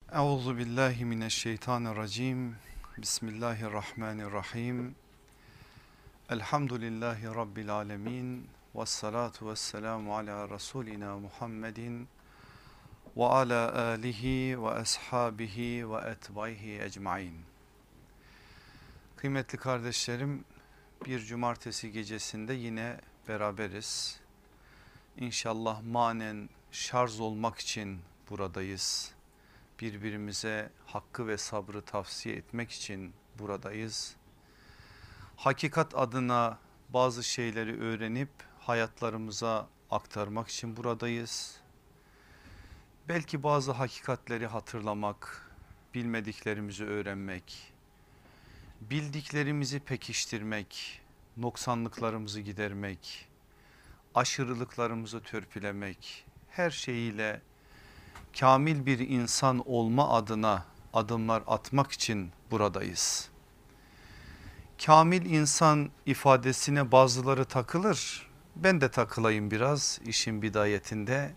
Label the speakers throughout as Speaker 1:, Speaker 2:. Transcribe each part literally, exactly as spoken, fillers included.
Speaker 1: Euzu billahi mineşşeytanirracim. Bismillahirrahmanirrahim. Elhamdülillahi rabbil alamin. Ves salatu vesselamu ala rasulina Muhammedin ve ala alihi ve ashabihi ve etbaihi ecmaîn. Kıymetli kardeşlerim, bir cumartesi gecesinde yine beraberiz. İnşallah manen şarj olmak için buradayız. Birbirimize hakkı ve sabrı tavsiye etmek için buradayız. Hakikat adına bazı şeyleri öğrenip hayatlarımıza aktarmak için buradayız. Belki bazı hakikatleri hatırlamak, bilmediklerimizi öğrenmek, bildiklerimizi pekiştirmek, noksanlıklarımızı gidermek, aşırılıklarımızı törpülemek, her şeyiyle kamil bir insan olma adına adımlar atmak için buradayız. Kamil insan ifadesine bazıları takılır. Ben de takılayım biraz işin bidayetinde.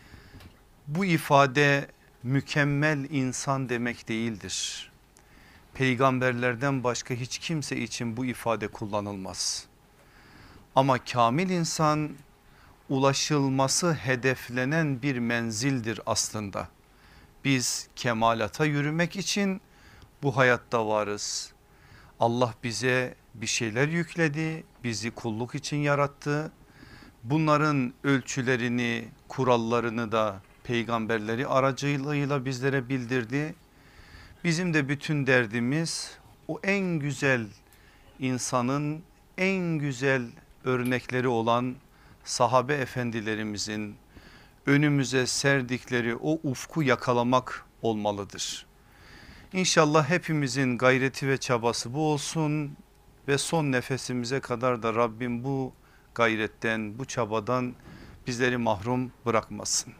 Speaker 1: Bu ifade mükemmel insan demek değildir. Peygamberlerden başka hiç kimse için bu ifade kullanılmaz. Ama kamil insan ulaşılması hedeflenen bir menzildir aslında. Biz kemalata yürümek için bu hayatta varız. Allah bize bir şeyler yükledi, bizi kulluk için yarattı. Bunların ölçülerini, kurallarını da peygamberleri aracılığıyla bizlere bildirdi. Bizim de bütün derdimiz o en güzel insanın en güzel örnekleri olan sahabe efendilerimizin önümüze serdikleri o ufku yakalamak olmalıdır. İnşallah hepimizin gayreti ve çabası bu olsun ve son nefesimize kadar da Rabbim bu gayretten, bu çabadan bizleri mahrum bırakmasın.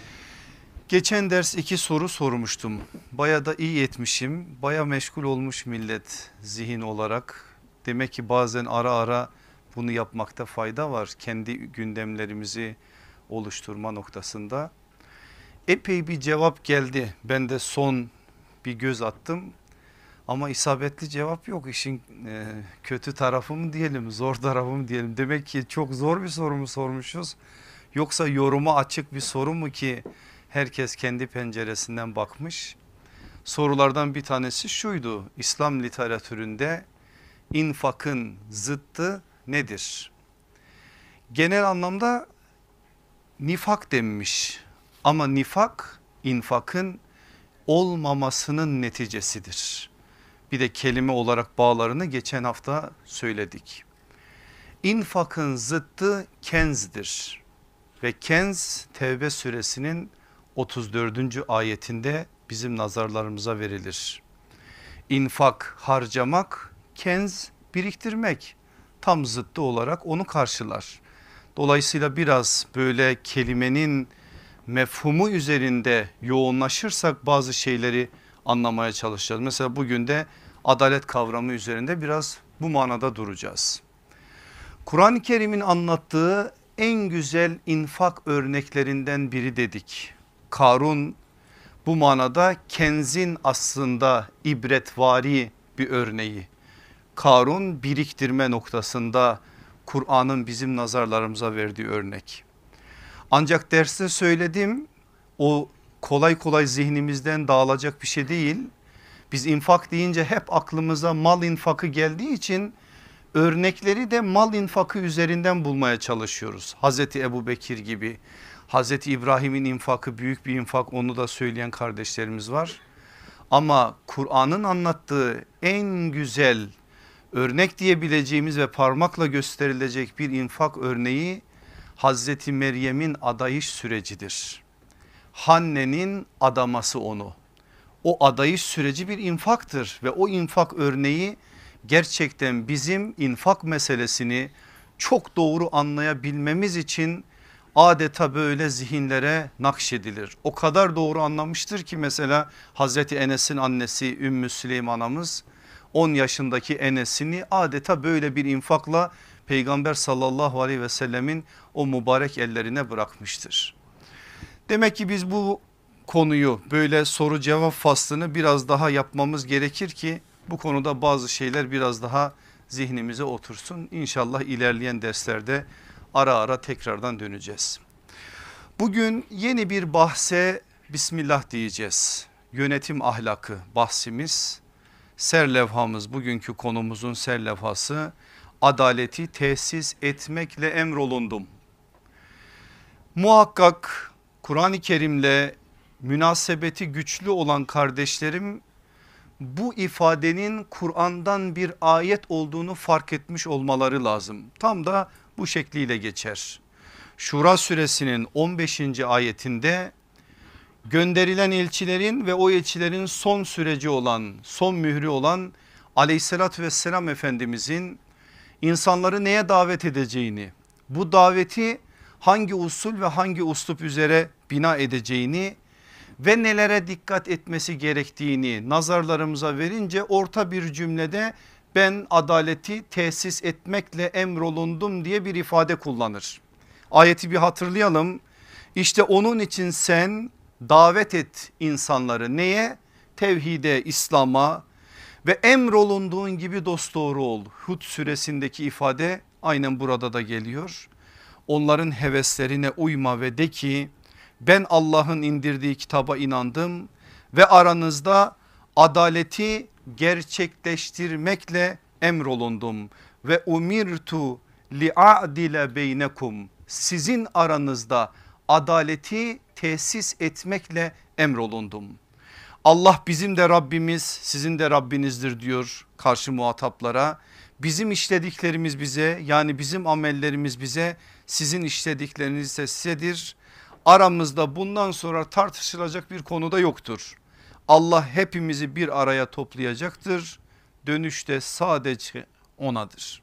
Speaker 1: Geçen ders iki soru sormuştum. Baya da iyi etmişim. Baya meşgul olmuş millet zihin olarak. Demek ki bazen ara ara bunu yapmakta fayda var. Kendi gündemlerimizi oluşturma noktasında. Epey bir cevap geldi. Ben de son bir göz attım. Ama isabetli cevap yok. İşin e, kötü tarafı mı diyelim, zor tarafı mı diyelim. Demek ki çok zor bir soru mu sormuşuz. Yoksa yoruma açık bir soru mu ki herkes kendi penceresinden bakmış. Sorulardan bir tanesi şuydu: İslam literatüründe infakın zıttı nedir? Genel anlamda nifak denmiş ama nifak infakın olmamasının neticesidir. Bir de kelime olarak bağlarını geçen hafta söyledik. İnfakın zıttı kenzdir ve kenz Tevbe suresinin otuz dördüncü ayetinde bizim nazarlarımıza verilir. İnfak harcamak, kenz biriktirmek, tam zıttı olarak onu karşılar. Dolayısıyla biraz böyle kelimenin mefhumu üzerinde yoğunlaşırsak bazı şeyleri anlamaya çalışacağız. Mesela bugün de adalet kavramı üzerinde biraz bu manada duracağız. Kur'an-ı Kerim'in anlattığı en güzel infak örneklerinden biri dedik. Karun bu manada kenzin aslında ibretvari bir örneği. Karun biriktirme noktasında Kur'an'ın bizim nazarlarımıza verdiği örnek. Ancak derste söyledim, o kolay kolay zihnimizden dağılacak bir şey değil. Biz infak deyince hep aklımıza mal infakı geldiği için örnekleri de mal infakı üzerinden bulmaya çalışıyoruz. Hazreti Ebubekir gibi, Hazreti İbrahim'in infakı büyük bir infak, onu da söyleyen kardeşlerimiz var. Ama Kur'an'ın anlattığı en güzel örnek diyebileceğimiz ve parmakla gösterilecek bir infak örneği Hazreti Meryem'in adayış sürecidir. Hanne'nin adaması onu. O adayış süreci bir infaktır ve o infak örneği gerçekten bizim infak meselesini çok doğru anlayabilmemiz için adeta böyle zihinlere nakşedilir. O kadar doğru anlamıştır ki mesela Hazreti Enes'in annesi Ümmü Süleym anamız on yaşındaki Enes'ini adeta böyle bir infakla Peygamber sallallahu aleyhi ve sellemin o mübarek ellerine bırakmıştır. Demek ki biz bu konuyu, böyle soru cevap faslını biraz daha yapmamız gerekir ki bu konuda bazı şeyler biraz daha zihnimize otursun. İnşallah ilerleyen derslerde ara ara tekrardan döneceğiz. Bugün yeni bir bahse Bismillah diyeceğiz. Yönetim ahlakı bahsimiz, serlevhamız, bugünkü konumuzun serlevhası adaleti tesis etmekle emrolundum. Muhakkak Kur'an-ı Kerim'le münasebeti güçlü olan kardeşlerim bu ifadenin Kur'an'dan bir ayet olduğunu fark etmiş olmaları lazım. Tam da bu şekliyle geçer. Şura suresinin on beşinci ayetinde gönderilen elçilerin ve o elçilerin son süreci olan, son mührü olan aleyhissalatü vesselam Efendimizin insanları neye davet edeceğini, bu daveti hangi usul ve hangi uslup üzere bina edeceğini ve nelere dikkat etmesi gerektiğini nazarlarımıza verince orta bir cümlede ben adaleti tesis etmekle emrolundum diye bir ifade kullanır. Ayeti bir hatırlayalım. İşte onun için sen davet et insanları neye? Tevhide, İslam'a ve emrolunduğun gibi dosdoğru ol. Hud suresindeki ifade aynen burada da geliyor. Onların heveslerine uyma ve de ki ben Allah'ın indirdiği kitaba inandım ve aranızda adaleti gerçekleştirmekle emrolundum ve umirtu li'adile beynekum, sizin aranızda adaleti tesis etmekle emrolundum. Allah bizim de Rabbimiz, sizin de Rabbinizdir diyor karşı muhataplara. Bizim işlediklerimiz bize, yani bizim amellerimiz bize, sizin işledikleriniz ise sizedir. Aramızda bundan sonra tartışılacak bir konuda yoktur. Allah hepimizi bir araya toplayacaktır. Dönüşte sadece onadır.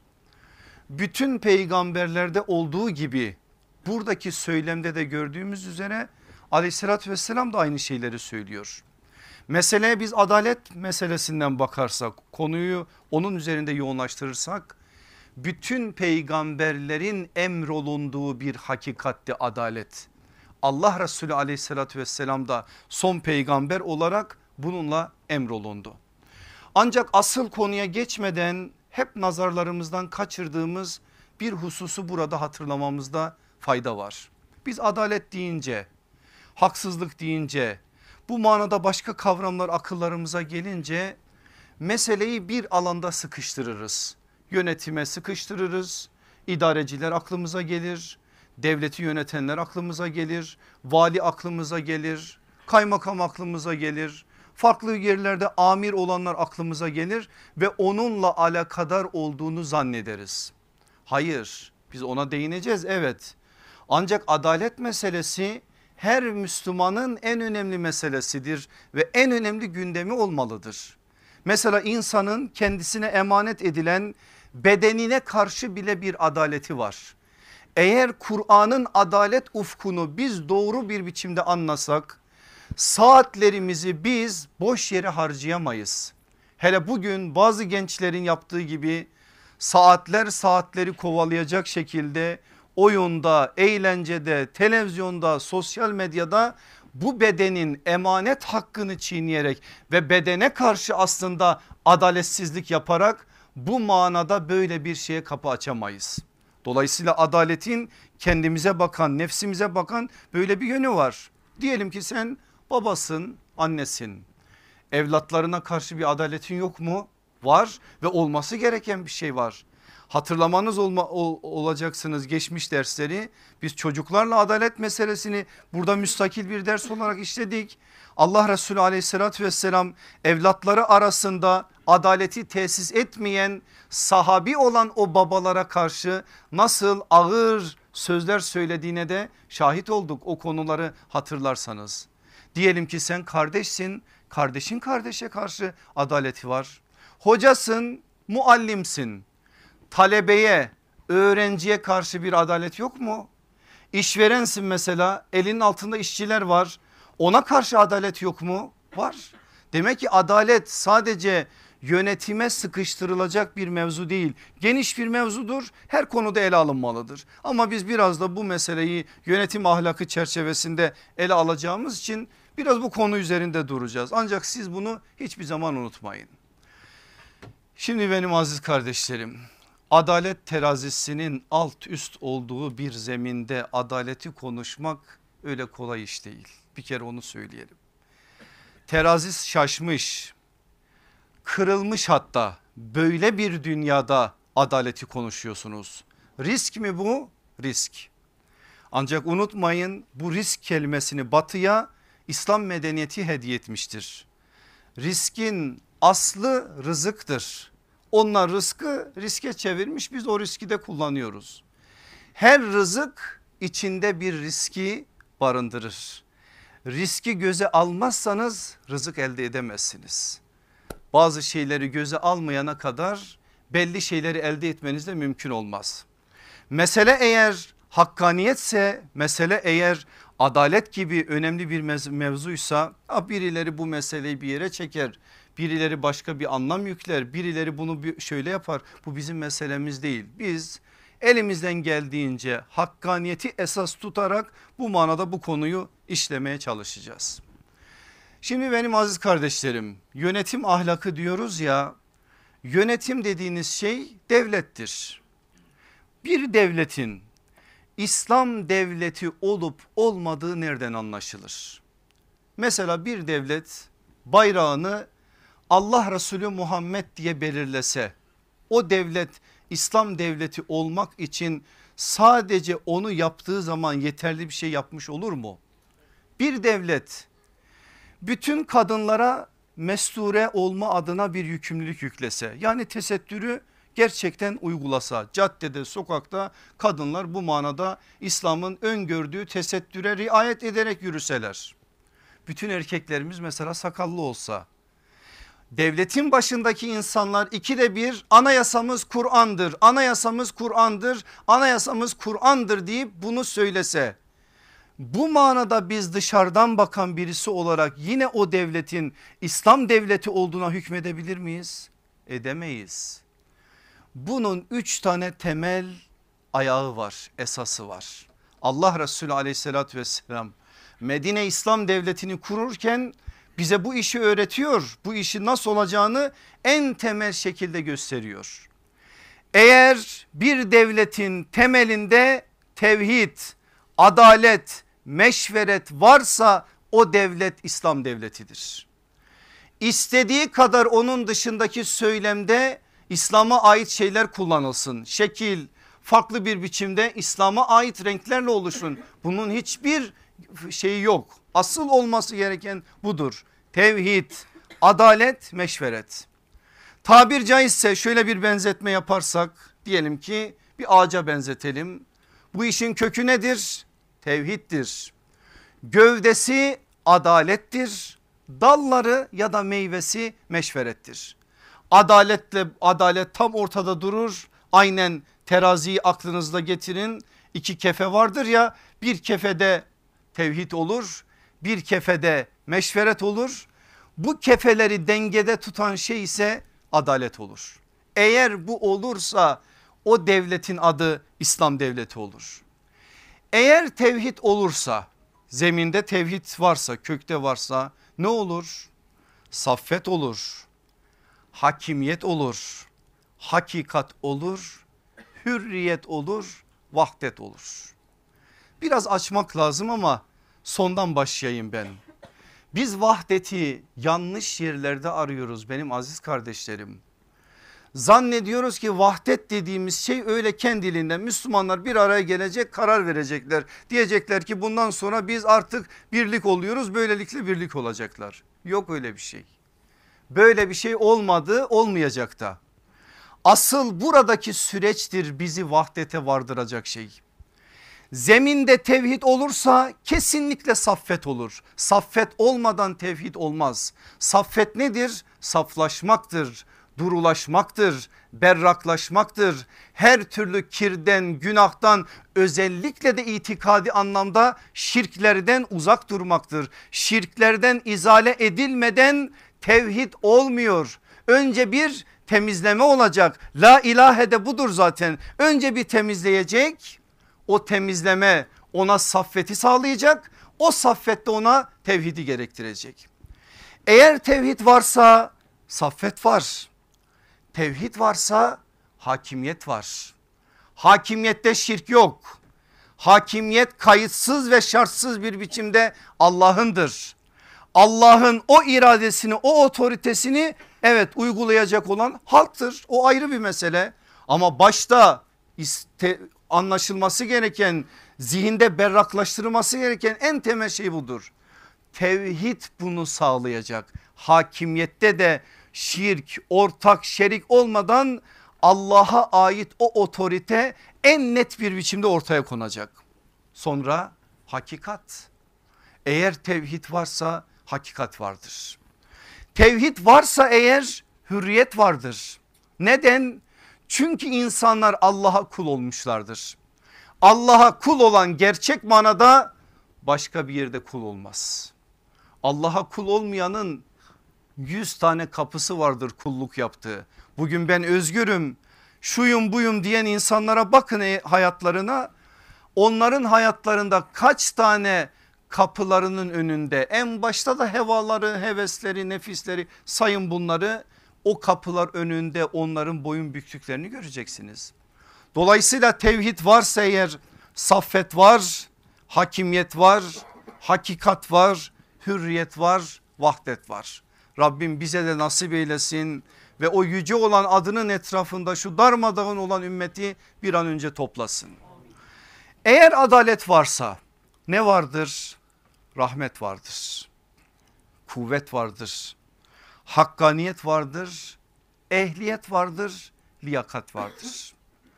Speaker 1: Bütün peygamberlerde olduğu gibi buradaki söylemde de gördüğümüz üzere aleyhissalatü vesselam da aynı şeyleri söylüyor. Meseleye biz adalet meselesinden bakarsak, konuyu onun üzerinde yoğunlaştırırsak, bütün peygamberlerin emrolunduğu bir hakikatti adalet. Allah Resulü aleyhissalatü vesselam da son peygamber olarak bununla emrolundu. Ancak asıl konuya geçmeden hep nazarlarımızdan kaçırdığımız bir hususu burada hatırlamamızda fayda var. Biz adalet deyince, haksızlık deyince, bu manada başka kavramlar akıllarımıza gelince meseleyi bir alanda sıkıştırırız. Yönetime sıkıştırırız, idareciler aklımıza gelir, devleti yönetenler aklımıza gelir, vali aklımıza gelir, kaymakam aklımıza gelir, farklı yerlerde amir olanlar aklımıza gelir ve onunla alakadar olduğunu zannederiz. Hayır, biz ona değineceğiz, evet, ancak adalet meselesi her Müslümanın en önemli meselesidir ve en önemli gündemi olmalıdır. Mesela insanın kendisine emanet edilen bedenine karşı bile bir adaleti var. Eğer Kur'an'ın adalet ufkunu biz doğru bir biçimde anlasak, saatlerimizi biz boş yere harcayamayız. Hele bugün bazı gençlerin yaptığı gibi saatler saatleri kovalayacak şekilde oyunda, eğlencede, televizyonda, sosyal medyada bu bedenin emanet hakkını çiğneyerek ve bedene karşı aslında adaletsizlik yaparak bu manada böyle bir şeye kapı açamayız. Dolayısıyla adaletin kendimize bakan, nefsimize bakan böyle bir yönü var. Diyelim ki sen babasın, annesin. Evlatlarına karşı bir adaletin yok mu? Var ve olması gereken bir şey var. Hatırlamanız olma, ol, olacaksınız geçmiş dersleri. Biz çocuklarla adalet meselesini burada müstakil bir ders olarak işledik. Allah Resulü aleyhissalatü vesselam evlatları arasında adaleti tesis etmeyen sahabi olan o babalara karşı nasıl ağır sözler söylediğine de şahit olduk, o konuları hatırlarsanız. Diyelim ki sen kardeşsin, kardeşin kardeşe karşı adaleti var. Hocasın, muallimsin, talebeye, öğrenciye karşı bir adalet yok mu? İşverensin mesela, elinin altında işçiler var, ona karşı adalet yok mu? Var. Demek ki adalet sadece yönetime sıkıştırılacak bir mevzu değil, geniş bir mevzudur, her konuda ele alınmalıdır. Ama biz biraz da bu meseleyi yönetim ahlakı çerçevesinde ele alacağımız için Biraz bu konu üzerinde duracağız. Ancak siz bunu hiçbir zaman unutmayın. Şimdi benim aziz kardeşlerim, adalet terazisinin alt üst olduğu bir zeminde adaleti konuşmak öyle kolay iş değil. Bir kere onu söyleyelim. Terazi şaşmış, kırılmış, hatta böyle bir dünyada adaleti konuşuyorsunuz. Risk mi bu? Risk. Ancak unutmayın, bu risk kelimesini batıya İslam medeniyeti hediye etmiştir. Riskin aslı rızıktır. Onlar rızkı riske çevirmiş, biz o riski de kullanıyoruz. Her rızık içinde bir riski barındırır. Riski göze almazsanız rızık elde edemezsiniz. Bazı şeyleri göze almayana kadar belli şeyleri elde etmeniz de mümkün olmaz. Mesele eğer hakkaniyetse, mesele eğer adalet gibi önemli bir mevzuysa, birileri bu meseleyi bir yere çeker, birileri başka bir anlam yükler, birileri bunu şöyle yapar. Bu bizim meselemiz değil. Biz elimizden geldiğince hakkaniyeti esas tutarak bu manada bu konuyu işlemeye çalışacağız. Şimdi benim aziz kardeşlerim, yönetim ahlakı diyoruz ya, yönetim dediğiniz şey devlettir. Bir devletin İslam devleti olup olmadığı nereden anlaşılır? Mesela bir devlet bayrağını Allah Resulü Muhammed diye belirlese, o devlet İslam devleti olmak için sadece onu yaptığı zaman yeterli bir şey yapmış olur mu? Bir devlet bütün kadınlara mesture olma adına bir yükümlülük yüklese, yani tesettürü gerçekten uygulasa, caddede sokakta kadınlar bu manada İslam'ın öngördüğü tesettüre riayet ederek yürüseler, bütün erkeklerimiz mesela sakallı olsa, devletin başındaki insanlar ikide bir anayasamız Kur'an'dır, anayasamız Kur'an'dır, anayasamız Kur'an'dır deyip bunu söylese, bu manada biz dışarıdan bakan birisi olarak yine o devletin İslam devleti olduğuna hükmedebilir miyiz? Edemeyiz. Bunun üç tane temel ayağı var, esası var. Allah Resulü aleyhissalatü vesselam Medine İslam devletini kururken bize bu işi öğretiyor. Bu işin nasıl olacağını en temel şekilde gösteriyor. Eğer bir devletin temelinde tevhid, adalet, meşveret varsa o devlet İslam devletidir. İstediği kadar onun dışındaki söylemde İslam'a ait şeyler kullanılsın. Şekil farklı bir biçimde İslam'a ait renklerle oluşsun. Bunun hiçbir şeyi yok. Asıl olması gereken budur. Tevhid, adalet, meşveret. Tabir caizse şöyle bir benzetme yaparsak, diyelim ki bir ağaca benzetelim. Bu işin kökü nedir? Tevhiddir. Gövdesi adalettir. Dalları ya da meyvesi meşverettir. Adaletle adalet tam ortada durur. Aynen teraziyi aklınızda getirin. İki kefe vardır ya, bir kefede tevhid olur, bir kefede meşveret olur. Bu kefeleri dengede tutan şey ise adalet olur. Eğer bu olursa o devletin adı İslam devleti olur. Eğer tevhid olursa, zeminde tevhid varsa, kökte varsa ne olur? Saffet olur, hakimiyet olur, hakikat olur, hürriyet olur, vahdet olur. Biraz açmak lazım ama sondan başlayayım ben. Biz vahdeti yanlış yerlerde arıyoruz benim aziz kardeşlerim. Zannediyoruz ki vahdet dediğimiz şey öyle kendiliğinden Müslümanlar bir araya gelecek, karar verecekler. Diyecekler ki bundan sonra biz artık birlik oluyoruz, böylelikle birlik olacaklar. Yok öyle bir şey. Böyle bir şey olmadı, olmayacak da. Asıl buradaki süreçtir bizi vahdete vardıracak şey. Zeminde tevhid olursa kesinlikle saffet olur. Saffet olmadan tevhid olmaz. Saffet nedir? Saflaşmaktır, durulaşmaktır, berraklaşmaktır. Her türlü kirden, günahtan, özellikle de itikadi anlamda şirklerden uzak durmaktır. Şirklerden izale edilmeden tevhid olmuyor. Önce bir temizleme olacak. La ilahe de budur zaten. Önce bir temizleyecek. O temizleme ona saffeti sağlayacak. O saffette ona tevhidi gerektirecek. Eğer tevhid varsa saffet var. Tevhid varsa hakimiyet var. Hakimiyette şirk yok. Hakimiyet kayıtsız ve şartsız bir biçimde Allah'ındır. Allah'ın o iradesini, o otoritesini evet uygulayacak olan halktır. O ayrı bir mesele. Ama başta iste, anlaşılması gereken, zihinde berraklaştırılması gereken en temel şey budur. Tevhid bunu sağlayacak. Hakimiyette de şirk, ortak, şerik olmadan Allah'a ait o otorite en net bir biçimde ortaya konacak. Sonra hakikat. Eğer tevhid varsa hakikat vardır. Tevhid varsa eğer hürriyet vardır. Neden? Çünkü insanlar Allah'a kul olmuşlardır. Allah'a kul olan gerçek manada başka bir yerde kul olmaz. Allah'a kul olmayanın yüz tane kapısı vardır kulluk yaptığı. Bugün ben özgürüm, şuyum buyum diyen insanlara bakın hayatlarına. Onların hayatlarında kaç tane kapılarının önünde, en başta da hevaları, hevesleri, nefisleri, sayın bunları, o kapılar önünde onların boyun büktüklerini göreceksiniz. Dolayısıyla tevhid varsa eğer saffet var, hakimiyet var, hakikat var, hürriyet var, vahdet var. Rabbim bize de nasip eylesin ve o yüce olan adının etrafında şu darmadağın olan ümmeti bir an önce toplasın. Eğer adalet varsa ne vardır? Rahmet vardır, kuvvet vardır, hakkaniyet vardır, ehliyet vardır, liyakat vardır.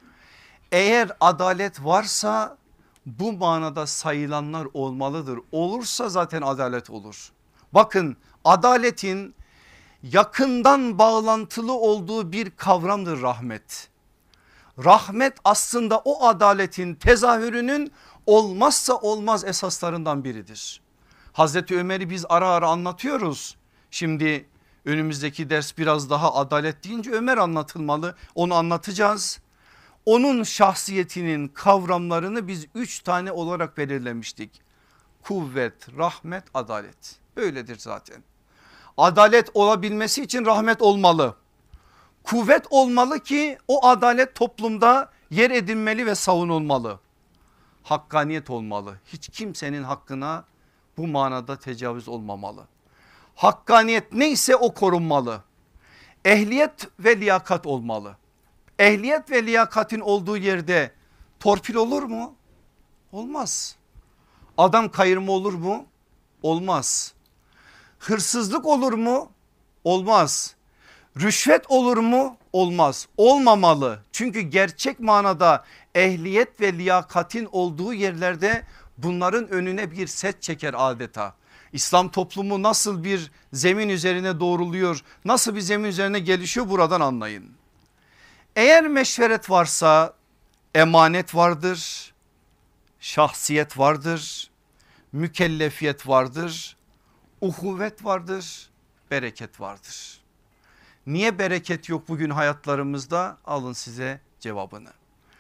Speaker 1: Eğer adalet varsa bu manada sayılanlar olmalıdır. Olursa zaten adalet olur. Bakın, adaletin yakından bağlantılı olduğu bir kavramdır rahmet. Rahmet aslında o adaletin tezahürünün olmazsa olmaz esaslarından biridir. Hazreti Ömer'i biz ara ara anlatıyoruz. Şimdi önümüzdeki ders biraz daha adalet deyince Ömer anlatılmalı, onu anlatacağız. Onun şahsiyetinin kavramlarını biz üç tane olarak belirlemiştik. Kuvvet, rahmet, adalet. Böyledir zaten. Adalet olabilmesi için rahmet olmalı. Kuvvet olmalı ki o adalet toplumda yer edinmeli ve savunulmalı. Hakkaniyet olmalı. Hiç kimsenin hakkına bu manada tecavüz olmamalı. Hakkaniyet neyse o korunmalı. Ehliyet ve liyakat olmalı. Ehliyet ve liyakatin olduğu yerde torpil olur mu? Olmaz. Adam kayırma olur mu? Olmaz. Hırsızlık olur mu? Olmaz. Rüşvet olur mu? Olmaz. Olmamalı. Çünkü gerçek manada ehliyet ve liyakatin olduğu yerlerde bunların önüne bir set çeker adeta. İslam toplumu nasıl bir zemin üzerine doğruluyor, nasıl bir zemin üzerine gelişiyor buradan anlayın. Eğer meşveret varsa emanet vardır, şahsiyet vardır, mükellefiyet vardır, uhuvvet vardır, bereket vardır. Niye bereket yok bugün hayatlarımızda? Alın size cevabını.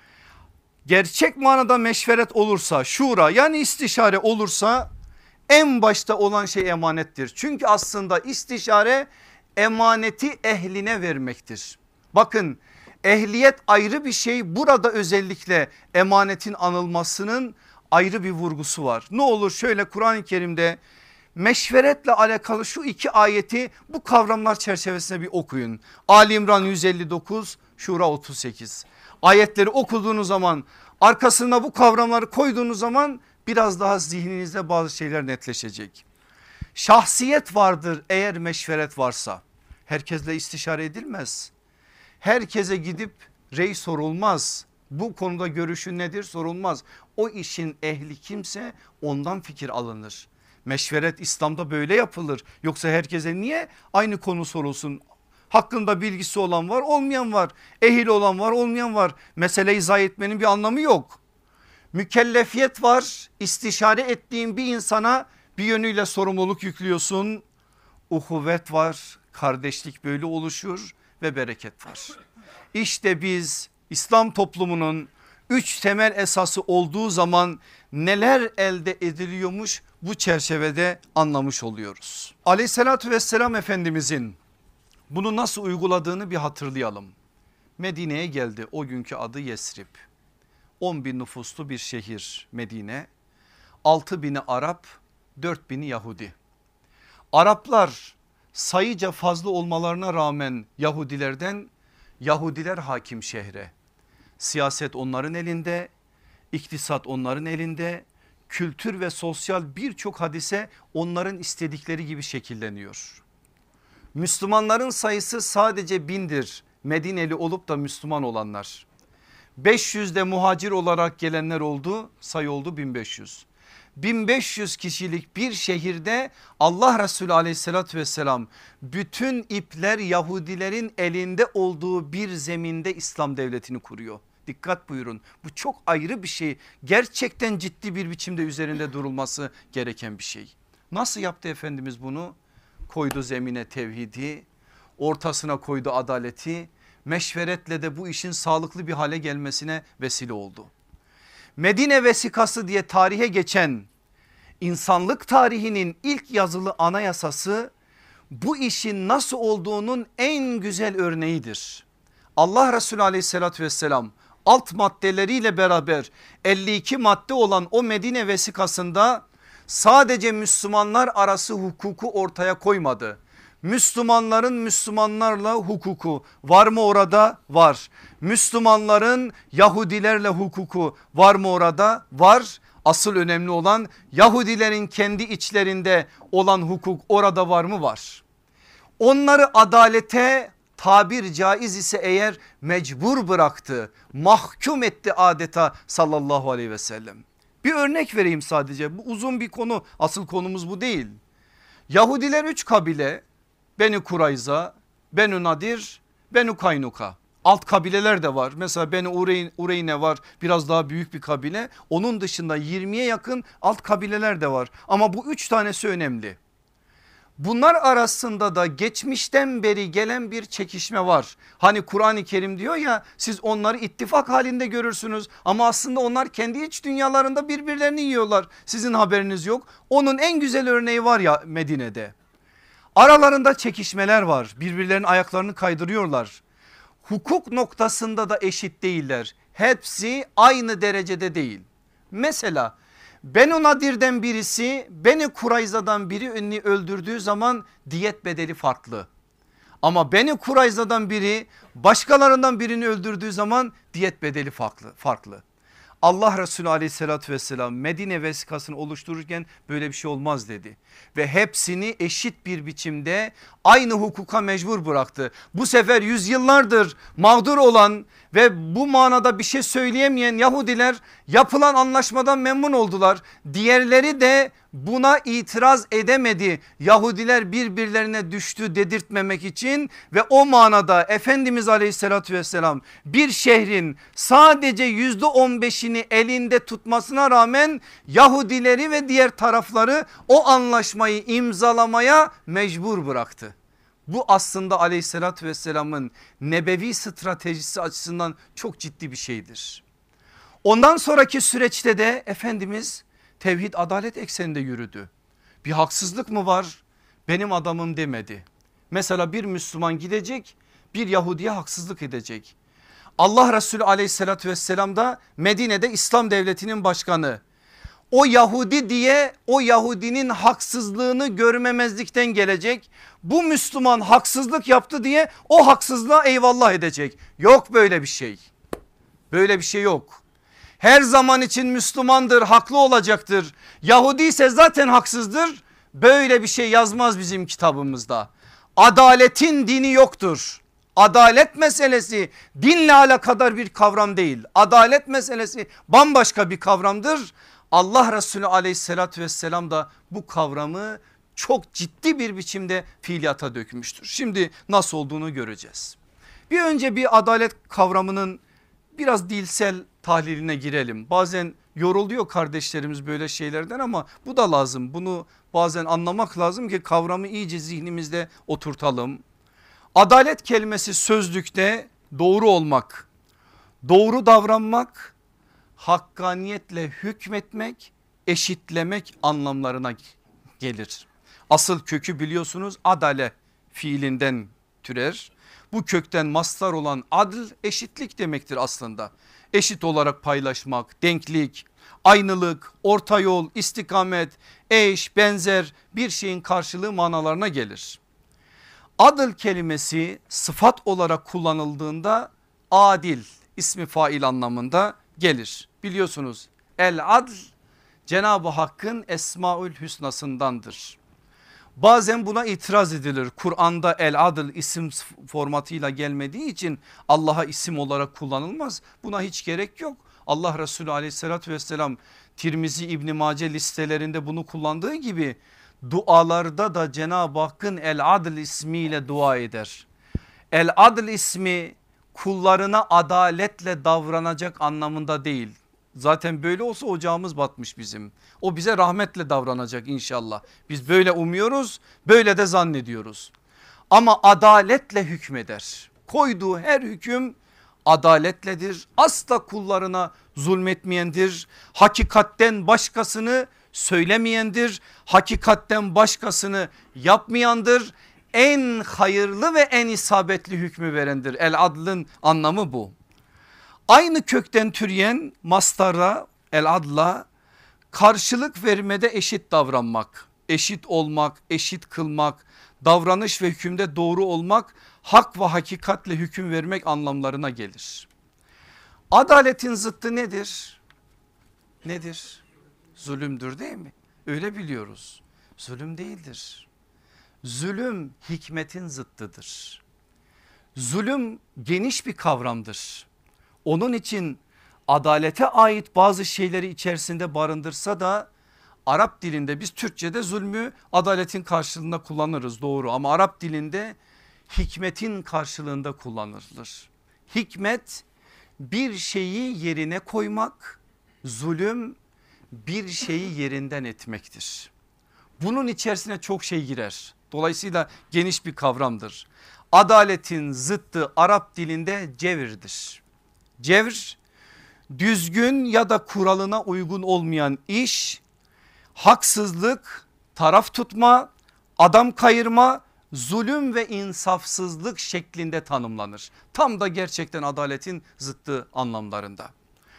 Speaker 1: Gerçek manada meşveret olursa, şura yani istişare olursa en başta olan şey emanettir. Çünkü aslında istişare emaneti ehline vermektir. Bakın, ehliyet ayrı bir şey, burada özellikle emanetin anılmasının ayrı bir vurgusu var. Ne olur şöyle Kur'an-ı Kerim'de meşveretle alakalı şu iki ayeti bu kavramlar çerçevesinde bir okuyun. Ali İmran yüz elli dokuz, Şura otuz sekiz. Ayetleri okuduğunuz zaman, arkasına bu kavramları koyduğunuz zaman biraz daha zihninizde bazı şeyler netleşecek. Şahsiyet vardır eğer meşveret varsa. Herkesle istişare edilmez. Herkese gidip rey sorulmaz. Bu konuda görüşün nedir sorulmaz. O işin ehli kimse ondan fikir alınır. Meşveret İslam'da böyle yapılır. Yoksa herkese niye aynı konu sorulsun? Hakkında bilgisi olan var, olmayan var. Ehil olan var, olmayan var. Meseleyi izah etmenin bir anlamı yok. Mükellefiyet var. İstişare ettiğin bir insana bir yönüyle sorumluluk yüklüyorsun. Uhuvvet var. Kardeşlik böyle oluşur ve bereket var. İşte biz İslam toplumunun üç temel esası olduğu zaman neler elde ediliyormuş bu çerçevede anlamış oluyoruz. Aleyhissalatü vesselam Efendimizin bunu nasıl uyguladığını bir hatırlayalım. Medine'ye geldi, o günkü adı Yesrib. on bin nüfuslu bir şehir Medine. altı bini Arap, dört bini Yahudi. Araplar sayıca fazla olmalarına rağmen Yahudilerden, Yahudiler hakim şehre. Siyaset onların elinde, iktisat onların elinde, kültür ve sosyal birçok hadise onların istedikleri gibi şekilleniyor. Müslümanların sayısı sadece bindir, Medineli olup da Müslüman olanlar. beş yüzde muhacir olarak gelenler oldu, sayı oldu bin beş yüz. bin beş yüz kişilik bir şehirde Allah Resulü aleyhissalatü vesselam bütün ipler Yahudilerin elinde olduğu bir zeminde İslam devletini kuruyor. Dikkat buyurun, bu çok ayrı bir şey, gerçekten ciddi bir biçimde üzerinde durulması gereken bir şey. Nasıl yaptı Efendimiz bunu? Koydu zemine tevhidi, ortasına koydu adaleti, meşveretle de bu işin sağlıklı bir hale gelmesine vesile oldu. Medine vesikası diye tarihe geçen insanlık tarihinin ilk yazılı anayasası bu işin nasıl olduğunun en güzel örneğidir. Allah Resulü aleyhissalatü vesselam alt maddeleriyle beraber elli iki madde olan o Medine vesikasında sadece Müslümanlar arası hukuku ortaya koymadı. Müslümanların Müslümanlarla hukuku var mı orada? Var. Müslümanların Yahudilerle hukuku var mı orada? Var. Asıl önemli olan Yahudilerin kendi içlerinde olan hukuk orada var mı? Var. Onları adalete, tabir caiz ise eğer, mecbur bıraktı, mahkum etti adeta sallallahu aleyhi ve sellem. Bir örnek vereyim sadece, bu uzun bir konu, asıl konumuz bu değil. Yahudiler üç kabile, Beni Kurayza, Beni Nadir, Beni Kaynuka. Alt kabileler de var. Mesela Beni Ureyne var, biraz daha büyük bir kabile. Onun dışında yirmiye yakın alt kabileler de var. Ama bu üç tanesi önemli. Bunlar arasında da geçmişten beri gelen bir çekişme var. Hani Kur'an-ı Kerim diyor ya, siz onları ittifak halinde görürsünüz ama aslında onlar kendi iç dünyalarında birbirlerini yiyorlar. Sizin haberiniz yok. Onun en güzel örneği var ya Medine'de. Aralarında çekişmeler var, birbirlerinin ayaklarını kaydırıyorlar. Hukuk noktasında da eşit değiller. Hepsi aynı derecede değil. Mesela Beni Nadir'den birisi Beni Kurayza'dan birini öldürdüğü zaman diyet bedeli farklı. Ama Beni Kurayza'dan biri başkalarından birini öldürdüğü zaman diyet bedeli farklı. farklı. Allah Resulü aleyhissalatü vesselam Medine vesikasını oluştururken böyle bir şey olmaz dedi. Ve hepsini eşit bir biçimde aynı hukuka mecbur bıraktı. Bu sefer yüzyıllardır mağdur olan ve bu manada bir şey söyleyemeyen Yahudiler yapılan anlaşmadan memnun oldular. Diğerleri de buna itiraz edemedi. Yahudiler birbirlerine düştü dedirtmemek için ve o manada Efendimiz aleyhissalatü vesselam bir şehrin sadece yüzde on beşini elinde tutmasına rağmen Yahudileri ve diğer tarafları o anlaşmayı imzalamaya mecbur bıraktı. Bu aslında aleyhissalatü vesselamın nebevi stratejisi açısından çok ciddi bir şeydir. Ondan sonraki süreçte de Efendimiz tevhid adalet ekseninde yürüdü. Bir haksızlık mı var? Benim adamım demedi. Mesela bir Müslüman gidecek, bir Yahudiye haksızlık edecek. Allah Resulü aleyhissalatü vesselam da Medine'de İslam devletinin başkanı. O Yahudi diye o Yahudinin haksızlığını görmemezlikten gelecek. Bu Müslüman haksızlık yaptı diye o haksızlığa eyvallah edecek. Yok böyle bir şey. Böyle bir şey yok. Her zaman için Müslümandır, haklı olacaktır. Yahudi ise zaten haksızdır. Böyle bir şey yazmaz bizim kitabımızda. Adaletin dini yoktur. Adalet meselesi dinle alakadar bir kavram değil. Adalet meselesi bambaşka bir kavramdır. Allah Resulü aleyhissalatü vesselam da bu kavramı çok ciddi bir biçimde fiiliyata dökmüştür. Şimdi nasıl olduğunu göreceğiz. Bir önce bir adalet kavramının biraz dilsel tahliline girelim. Bazen yoruluyor kardeşlerimiz böyle şeylerden ama bu da lazım. Bunu bazen anlamak lazım ki kavramı iyice zihnimizde oturtalım. Adalet kelimesi sözlükte doğru olmak, doğru davranmak, hakkaniyetle hükmetmek, eşitlemek anlamlarına gelir. Asıl kökü biliyorsunuz adale fiilinden türer. Bu kökten mastar olan adl eşitlik demektir aslında. Eşit olarak paylaşmak, denklik, aynılık, orta yol, istikamet, eş, benzer bir şeyin karşılığı manalarına gelir. Adıl kelimesi sıfat olarak kullanıldığında adil ismi fail anlamında gelir. Biliyorsunuz el adl Cenab-ı Hakk'ın Esmaül Hüsnasındandır. Bazen buna itiraz edilir. Kur'an'da el adıl isim formatıyla gelmediği için Allah'a isim olarak kullanılmaz. Buna hiç gerek yok. Allah Resulü aleyhissalatü vesselam Tirmizi İbn Mace listelerinde bunu kullandığı gibi dualarda da Cenab-ı Hakk'ın el adl ismiyle dua eder. El adl ismi kullarına adaletle davranacak anlamında değil. Zaten böyle olsa ocağımız batmış bizim. O bize rahmetle davranacak inşallah. Biz böyle umuyoruz, böyle de zannediyoruz. Ama adaletle hükmeder. Koyduğu her hüküm adaletledir. Asla kullarına zulmetmeyendir. Hakikatten başkasını söylemeyendir. Hakikatten başkasını yapmayandır. En hayırlı ve en isabetli hükmü verendir. El adlın anlamı bu. Aynı kökten türeyen mastara el adla karşılık vermede eşit davranmak, eşit olmak, eşit kılmak, davranış ve hükümde doğru olmak, hak ve hakikatle hüküm vermek anlamlarına gelir. Adaletin zıttı nedir? Nedir? Zulümdür değil mi? Öyle biliyoruz. Zulüm değildir. Zulüm hikmetin zıttıdır. Zulüm geniş bir kavramdır. Onun için adalete ait bazı şeyleri içerisinde barındırsa da Arap dilinde biz Türkçe'de zulmü adaletin karşılığında kullanırız doğru ama Arap dilinde hikmetin karşılığında kullanılır. Hikmet bir şeyi yerine koymak, zulüm bir şeyi yerinden etmektir. Bunun içerisine çok şey girer. Dolayısıyla geniş bir kavramdır. Adaletin zıttı Arap dilinde cevirdir. Cevr düzgün ya da kuralına uygun olmayan iş, haksızlık, taraf tutma, adam kayırma, zulüm ve insafsızlık şeklinde tanımlanır. Tam da gerçekten adaletin zıttı anlamlarında.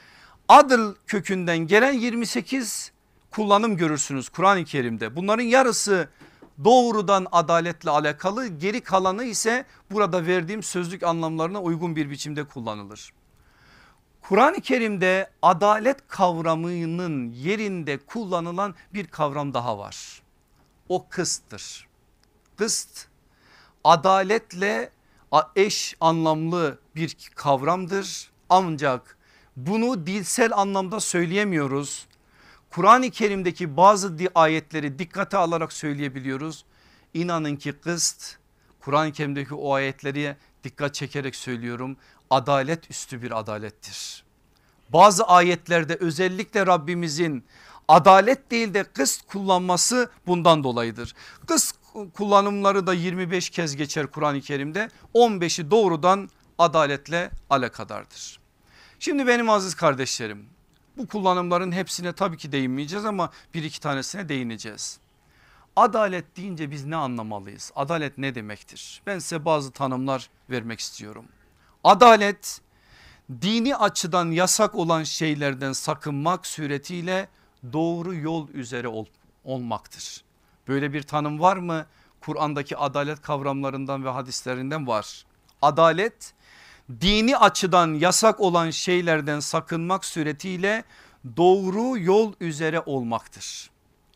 Speaker 1: Adıl kökünden gelen yirmi sekiz kullanım görürsünüz Kur'an-ı Kerim'de. Bunların yarısı doğrudan adaletle alakalı, geri kalanı ise burada verdiğim sözlük anlamlarına uygun bir biçimde kullanılır. Kur'an-ı Kerim'de adalet kavramının yerinde kullanılan bir kavram daha var. O kısttır. Kıst adaletle eş anlamlı bir kavramdır. Ancak bunu dilsel anlamda söyleyemiyoruz. Kur'an-ı Kerim'deki bazı ayetleri dikkate alarak söyleyebiliyoruz. İnanın ki kıst Kur'an-ı Kerim'deki o ayetleri dikkat çekerek söylüyorum. Adalet üstü bir adalettir. Bazı ayetlerde özellikle Rabbimizin adalet değil de kıst kullanması bundan dolayıdır. Kıst kullanımları da yirmi beş kez geçer Kur'an-ı Kerim'de, on beşi doğrudan adaletle alakadardır. Şimdi benim aziz kardeşlerim, bu kullanımların hepsine tabii ki değinmeyeceğiz ama bir iki tanesine değineceğiz. Adalet deyince biz ne anlamalıyız? Adalet ne demektir? Ben size bazı tanımlar vermek istiyorum. Adalet dini açıdan yasak olan şeylerden sakınmak suretiyle doğru yol üzere ol, olmaktır. Böyle bir tanım var mı? Kur'an'daki adalet kavramlarından ve hadislerinden var. Adalet dini açıdan yasak olan şeylerden sakınmak suretiyle doğru yol üzere olmaktır.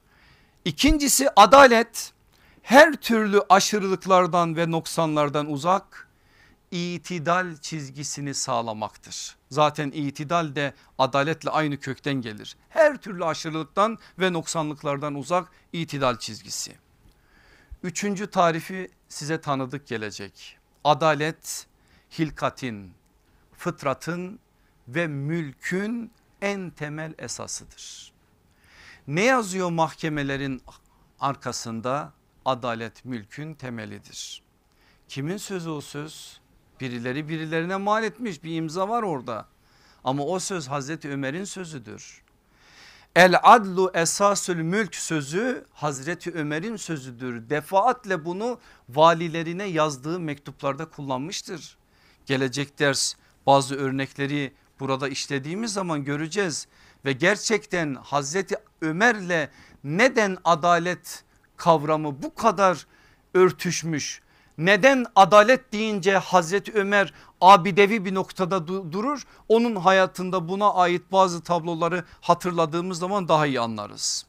Speaker 1: İkincisi adalet her türlü aşırılıklardan ve noksanlardan uzak, itidal çizgisini sağlamaktır. Zaten itidal de adaletle aynı kökten gelir. Her türlü aşırılıktan ve noksanlıklardan uzak itidal çizgisi. Üçüncü tarifi size tanıdık gelecek. Adalet hilkatin, fıtratın ve mülkün en temel esasıdır. Ne yazıyor mahkemelerin arkasında? Adalet mülkün temelidir. Kimin sözü o söz? Birileri birilerine mal etmiş, bir imza var orada. Ama o söz Hazreti Ömer'in sözüdür. El adlu esasül mülk sözü Hazreti Ömer'in sözüdür. Defaatle bunu valilerine yazdığı mektuplarda kullanmıştır. Gelecek ders bazı örnekleri burada işlediğimiz zaman göreceğiz. Ve gerçekten Hazreti Ömer'le neden adalet kavramı bu kadar örtüşmüş? Neden adalet deyince Hazreti Ömer abidevi bir noktada durur? Onun hayatında buna ait bazı tabloları hatırladığımız zaman daha iyi anlarız.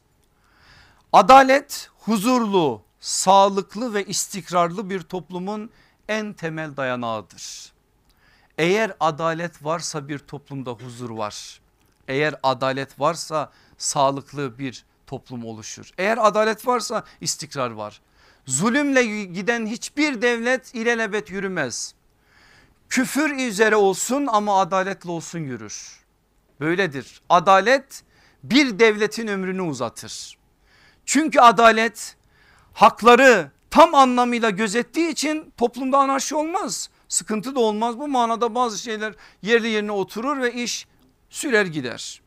Speaker 1: Adalet huzurlu, sağlıklı ve istikrarlı bir toplumun en temel dayanağıdır. Eğer adalet varsa bir toplumda huzur var. Eğer adalet varsa sağlıklı bir toplum oluşur. Eğer adalet varsa istikrar var. Zulümle giden hiçbir devlet ilelebet yürümez. Küfür üzere olsun ama adaletli olsun yürür. Böyledir. Adalet bir devletin ömrünü uzatır. Çünkü adalet hakları tam anlamıyla gözettiği için toplumda anarşi olmaz. Sıkıntı da olmaz. Bu manada bazı şeyler yerli yerine oturur ve iş sürer gider.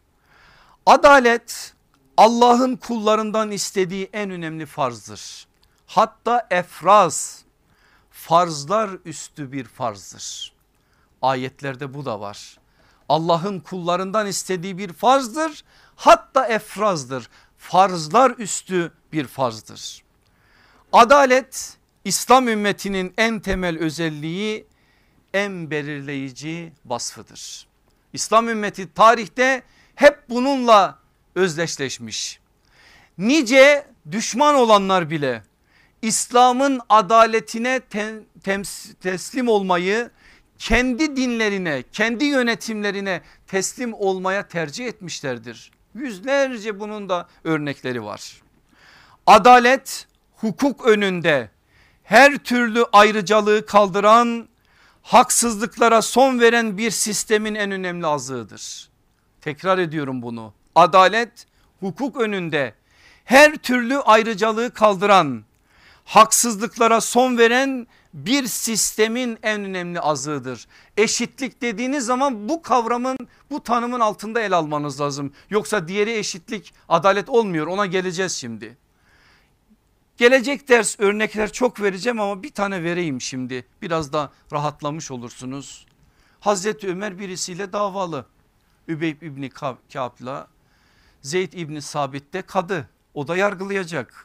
Speaker 1: Adalet Allah'ın kullarından istediği en önemli farzdır. Hatta efraz, farzlar üstü bir farzdır. Ayetlerde bu da var. Allah'ın kullarından istediği bir farzdır. Hatta efrazdır. Farzlar üstü bir farzdır. Adalet İslam ümmetinin en temel özelliği, en belirleyici vasfıdır. İslam ümmeti tarihte hep bununla özdeşleşmiş. Nice düşman olanlar bile İslam'ın adaletine te teslim olmayı, kendi dinlerine, kendi yönetimlerine teslim olmaya tercih etmişlerdir. Yüzlerce bunun da örnekleri var. Adalet hukuk önünde her türlü ayrıcalığı kaldıran, haksızlıklara son veren bir sistemin en önemli azığıdır. Tekrar ediyorum bunu. Adalet hukuk önünde her türlü ayrıcalığı kaldıran, haksızlıklara son veren bir sistemin en önemli azığıdır. Eşitlik dediğiniz zaman bu kavramın, bu tanımın altında el almanız lazım. Yoksa diğeri eşitlik, adalet olmuyor, ona geleceğiz şimdi. Gelecek ders örnekler çok vereceğim ama bir tane vereyim şimdi. Biraz da rahatlamış olursunuz. Hazreti Ömer birisiyle davalı. Übeyb İbni Kâb'la Zeyd İbni Sabit de kadı. O da yargılayacak.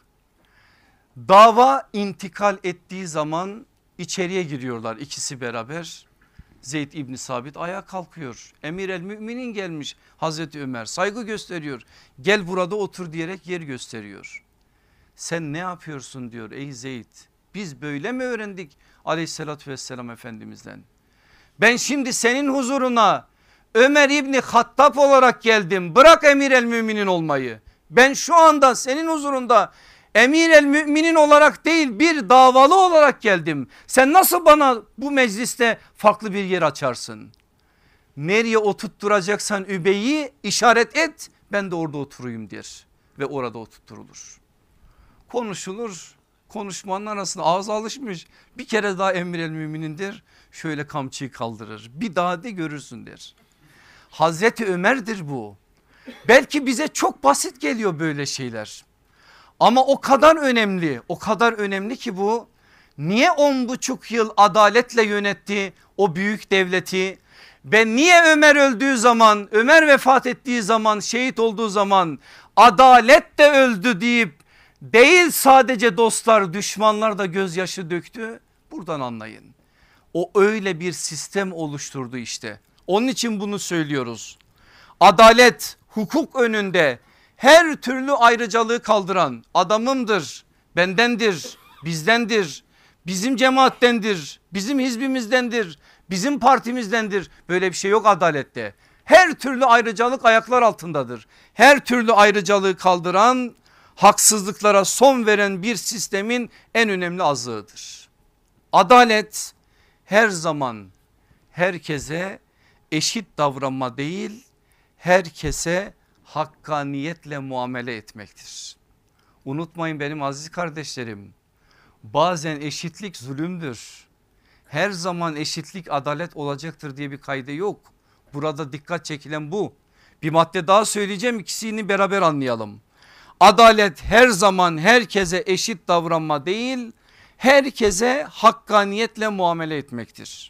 Speaker 1: Dava intikal ettiği zaman içeriye giriyorlar ikisi beraber. Zeyd İbni Sabit ayağa kalkıyor. Emir el müminin gelmiş, Hazreti Ömer saygı gösteriyor. Gel burada otur diyerek yer gösteriyor. Sen ne yapıyorsun diyor ey Zeyd, biz böyle mi öğrendik aleyhissalatü vesselam Efendimiz'den? Ben şimdi senin huzuruna Ömer İbni Hattab olarak geldim, bırak emir el müminin olmayı. Ben şu anda senin huzurunda emir el müminin olarak değil, bir davalı olarak geldim. Sen nasıl bana bu mecliste farklı bir yer açarsın? Nereye oturtturacaksan Übey'i işaret et, ben de orada oturayım der ve orada oturtturulur. Konuşulur, konuşmanın arasında ağız alışmış, bir kere daha emir el müminin der, şöyle kamçıyı kaldırır, bir daha de görürsün der. Hazreti Ömer'dir bu. Belki bize çok basit geliyor böyle şeyler. Ama o kadar önemli, o kadar önemli ki bu. Niye on buçuk yıl adaletle yönetti o büyük devleti? Ve niye Ömer öldüğü zaman, Ömer vefat ettiği zaman, şehit olduğu zaman adalet de öldü deyip değil sadece dostlar, düşmanlar da gözyaşı döktü? Buradan anlayın. O öyle bir sistem oluşturdu işte. Onun için bunu söylüyoruz. Adalet hukuk önünde her türlü ayrıcalığı kaldıran, adamımdır, bendendir, bizdendir, bizim cemaattendir, bizim hizbimizdendir, bizim partimizdendir. Böyle bir şey yok adalette. Her türlü ayrıcalık ayaklar altındadır. Her türlü ayrıcalığı kaldıran, haksızlıklara son veren bir sistemin en önemli azığıdır. Adalet her zaman herkese eşit davranma değil, herkese hakkaniyetle muamele etmektir. Unutmayın benim aziz kardeşlerim, bazen eşitlik zulümdür. Her zaman eşitlik adalet olacaktır diye bir kaydı yok.
Speaker 2: Burada dikkat çekilen bu. Bir madde daha söyleyeceğim, ikisini beraber anlayalım. Adalet her zaman herkese eşit davranma değil, herkese hakkaniyetle muamele etmektir.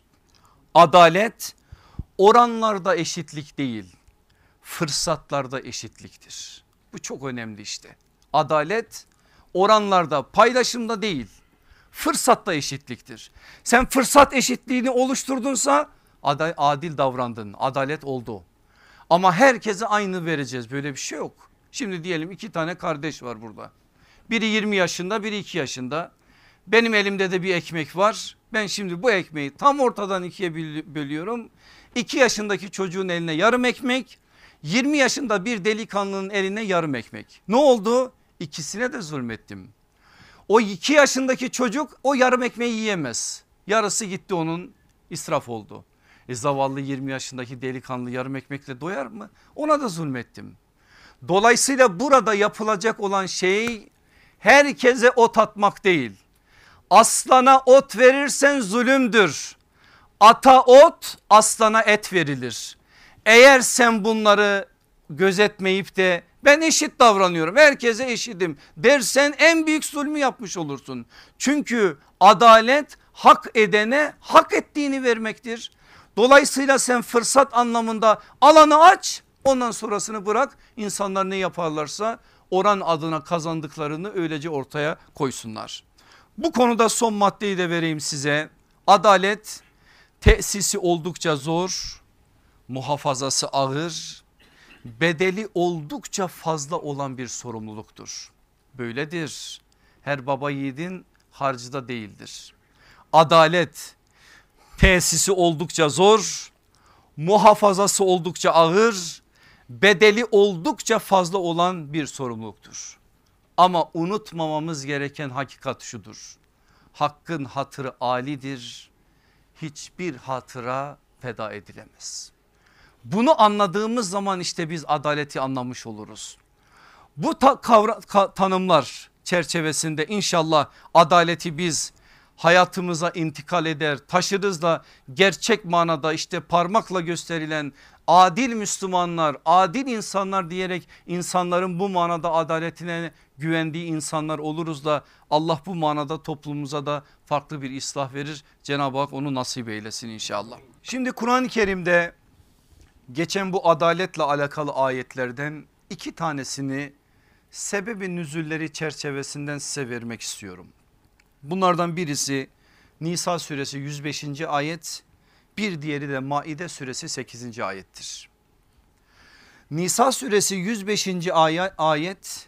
Speaker 2: Adalet oranlarda eşitlik değil, fırsatlarda eşitliktir. Bu çok önemli işte. Adalet oranlarda, paylaşımda değil, fırsatta eşitliktir. Sen fırsat eşitliğini oluşturdunsa adil davrandın, adalet oldu. Ama herkese aynı vereceğiz, böyle bir şey yok. Şimdi diyelim iki tane kardeş var burada. Biri yirmi yaşında, biri iki yaşında. Benim elimde de bir ekmek var. Ben şimdi bu ekmeği tam ortadan ikiye bölüyorum. iki yaşındaki çocuğun eline yarım ekmek, yirmi yaşında bir delikanlının eline yarım ekmek. Ne oldu? İkisine de zulmettim. O iki yaşındaki çocuk o yarım ekmeği yiyemez. Yarısı gitti, onun israf oldu. E zavallı yirmi yaşındaki delikanlı yarım ekmekle doyar mı? Ona da zulmettim. Dolayısıyla burada yapılacak olan şey herkese ot atmak değil. Aslana ot verirsen zulümdür. Ata ot, aslana et verilir. Eğer sen bunları gözetmeyip de ben eşit davranıyorum, herkese eşitim dersen en büyük zulmü yapmış olursun. Çünkü adalet hak edene hak ettiğini vermektir. Dolayısıyla sen fırsat anlamında alanı aç, ondan sonrasını bırak, insanlar ne yaparlarsa oran adına kazandıklarını öylece ortaya koysunlar. Bu konuda son maddeyi de vereyim size. Adalet tesisi oldukça zor, muhafazası ağır, bedeli oldukça fazla olan bir sorumluluktur. Böyledir. Her baba yiğidin harcı da değildir. Adalet tesisi oldukça zor, muhafazası oldukça ağır, bedeli oldukça fazla olan bir sorumluluktur. Ama unutmamamız gereken hakikat şudur: hakkın hatırı alidir, hiçbir hatıra feda edilemez. Bunu anladığımız zaman işte biz adaleti anlamış oluruz. Bu ta kavra ka tanımlar çerçevesinde inşallah adaleti biz hayatımıza intikal eder taşırız da gerçek manada işte parmakla gösterilen adil Müslümanlar, adil insanlar diyerek insanların bu manada adaletine güvendiği insanlar oluruz da Allah bu manada toplumumuza da farklı bir ıslah verir. Cenab-ı Hak onu nasip eylesin inşallah. Şimdi Kur'an-ı Kerim'de geçen bu adaletle alakalı ayetlerden iki tanesini sebebi nüzulleri çerçevesinden size vermek istiyorum. Bunlardan birisi Nisa suresi yüz beşinci ayet, bir diğeri de Maide suresi sekizinci ayettir. Nisa suresi yüz beşinci ayet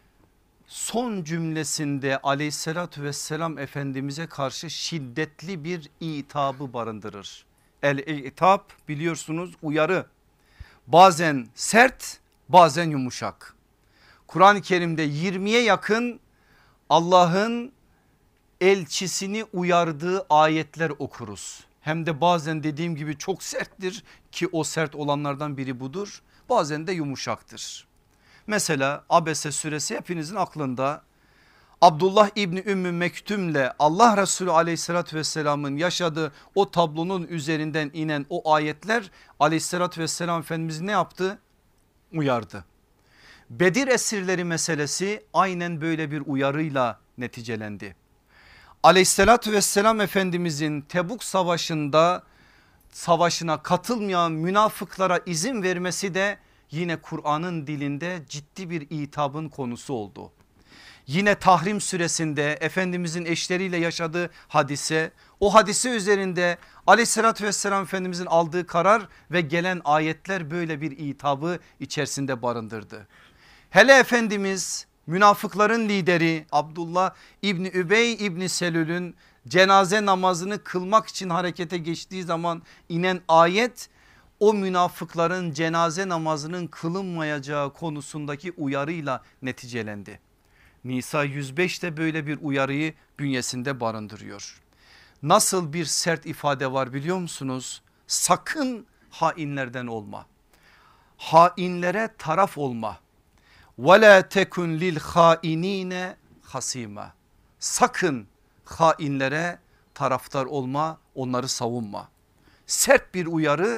Speaker 2: son cümlesinde aleyhissalatü vesselam Efendimiz'e karşı şiddetli bir itabı barındırır. El-itab biliyorsunuz uyarı, bazen sert bazen yumuşak. Kur'an-ı Kerim'de yirmiye yakın Allah'ın elçisini uyardığı ayetler okuruz. Hem de bazen dediğim gibi çok serttir ki o sert olanlardan biri budur. Bazen de yumuşaktır. Mesela Abese suresi hepinizin aklında. Abdullah İbni Ümmü Mektum'le Allah Resulü aleyhissalatü vesselamın yaşadığı o tablonun üzerinden inen o ayetler aleyhissalatü vesselam Efendimiz ne yaptı? Uyardı. Bedir esirleri meselesi aynen böyle bir uyarıyla neticelendi. Aleyhissalatü vesselam Efendimizin Tebuk savaşında savaşına katılmayan münafıklara izin vermesi de yine Kur'an'ın dilinde ciddi bir itabın konusu oldu. Yine Tahrim suresinde Efendimizin eşleriyle yaşadığı hadise, o hadise üzerinde aleyhissalatü vesselam Efendimizin aldığı karar ve gelen ayetler böyle bir itabı içerisinde barındırdı. Hele Efendimiz münafıkların lideri Abdullah İbni Übey İbni Selül'ün cenaze namazını kılmak için harekete geçtiği zaman inen ayet o münafıkların cenaze namazının kılınmayacağı konusundaki uyarıyla neticelendi. Nisa yüz beşte böyle bir uyarıyı bünyesinde barındırıyor. Nasıl bir sert ifade var biliyor musunuz? Sakın hainlerden olma. Hainlere taraf olma. Ve la tekun lil hainine hasima. Sakın hainlere taraftar olma, onları savunma. Sert bir uyarı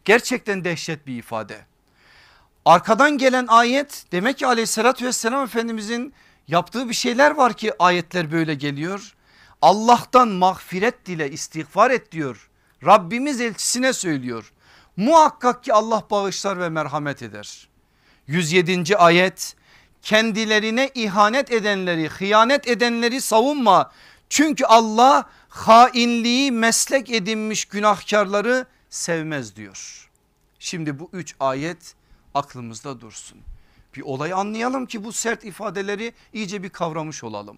Speaker 2: Gerçekten dehşet bir ifade. Arkadan gelen ayet demek ki aleyhissalatü vesselam Efendimizin yaptığı bir şeyler var ki ayetler böyle geliyor. Allah'tan mağfiret dile, istiğfar et diyor. Rabbimiz elçisine söylüyor. Muhakkak ki Allah bağışlar ve merhamet eder. yüz yedinci ayet, kendilerine ihanet edenleri, hıyanet edenleri savunma. Çünkü Allah hainliği meslek edinmiş günahkarları sevmez diyor. Şimdi bu üç ayet aklımızda dursun. Bir olayı anlayalım ki bu sert ifadeleri iyice bir kavramış olalım.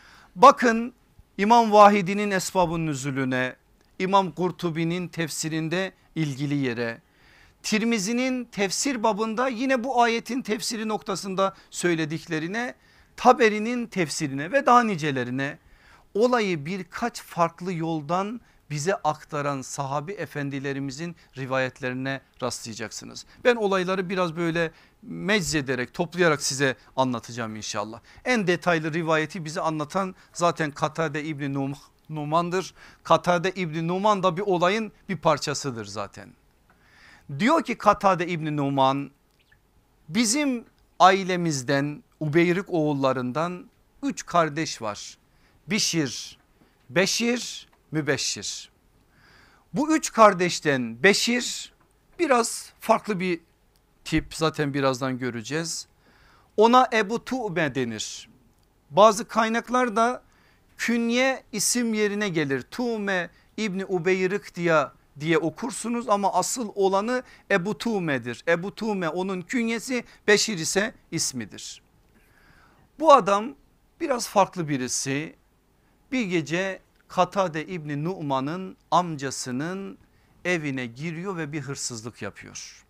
Speaker 2: Bakın İmam Vahidi'nin Esbab-ı Nüzulüne, İmam Kurtubi'nin tefsirinde ilgili yere, Tirmizi'nin tefsir babında yine bu ayetin tefsiri noktasında söylediklerine, Taberi'nin tefsirine ve daha nicelerine, olayı birkaç farklı yoldan bize aktaran sahabi efendilerimizin rivayetlerine rastlayacaksınız. Ben olayları biraz böyle meczederek, toplayarak size anlatacağım inşallah. En detaylı rivayeti bize anlatan zaten Katade İbni Num Numan'dır. Katade İbni Numan da bir olayın bir parçasıdır zaten. Diyor ki Katade İbni Numan, bizim ailemizden, Ubeyrik oğullarından üç kardeş var. Bişir, Beşir, Mübeşşir. Bu üç kardeşten Beşir biraz farklı bir tip, zaten birazdan göreceğiz. Ona Ebu Tu'be denir. Bazı kaynaklarda künye isim yerine gelir. Tu'me İbni Ubeyrik diye diye okursunuz ama asıl olanı Ebu Tu'me'dir. Ebu Tu'me onun künyesi, Beşir ise ismidir. Bu adam biraz farklı birisi. Bir gece Katade İbni Nu'man'ın amcasının evine giriyor ve bir hırsızlık yapıyor.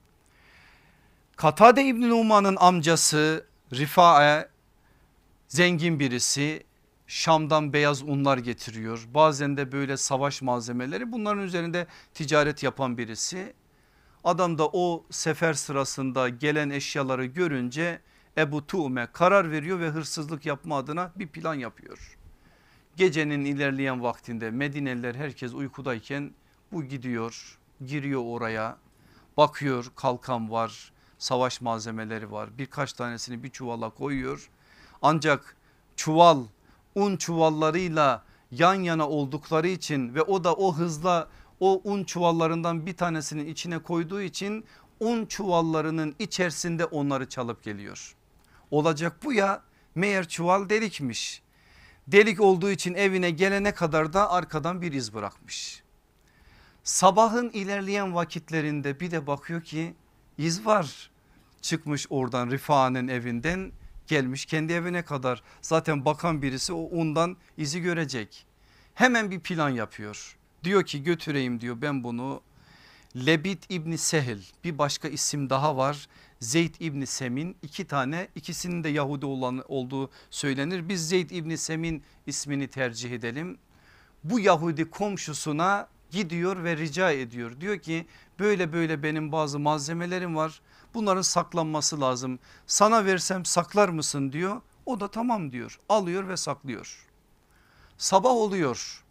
Speaker 2: Katade İbni Nu'man'ın amcası Rifae zengin birisi, Şam'dan beyaz unlar getiriyor. Bazen de böyle savaş malzemeleri, bunların üzerinde ticaret yapan birisi. Adam da o sefer sırasında gelen eşyaları görünce Ebu Tu'me karar veriyor ve hırsızlık yapma adına bir plan yapıyor. Gecenin ilerleyen vaktinde Medineliler herkes uykudayken bu gidiyor, giriyor oraya, bakıyor kalkan var, savaş malzemeleri var, birkaç tanesini bir çuvala koyuyor. Ancak çuval un çuvallarıyla yan yana oldukları için ve o da o hızla o un çuvallarından bir tanesinin içine koyduğu için un çuvallarının içerisinde onları çalıp geliyor. Olacak bu ya, meğer çuval delikmiş. Delik olduğu için evine gelene kadar da arkadan bir iz bırakmış. Sabahın ilerleyen vakitlerinde bir de bakıyor ki iz var. Çıkmış oradan Rifa'nın evinden, gelmiş kendi evine kadar. Zaten bakan birisi o undan izi görecek. Hemen bir plan yapıyor. Diyor ki götüreyim diyor ben bunu. Lebit İbni Sehel, bir başka isim daha var. Zeyd İbni Semin, iki tane, ikisinin de Yahudi olan olduğu söylenir. Biz Zeyd İbni Semin ismini tercih edelim. Bu Yahudi komşusuna gidiyor ve rica ediyor. Diyor ki böyle böyle benim bazı malzemelerim var. Bunların saklanması lazım. Sana versem saklar mısın diyor. O da tamam diyor. Alıyor ve saklıyor. Sabah oluyor.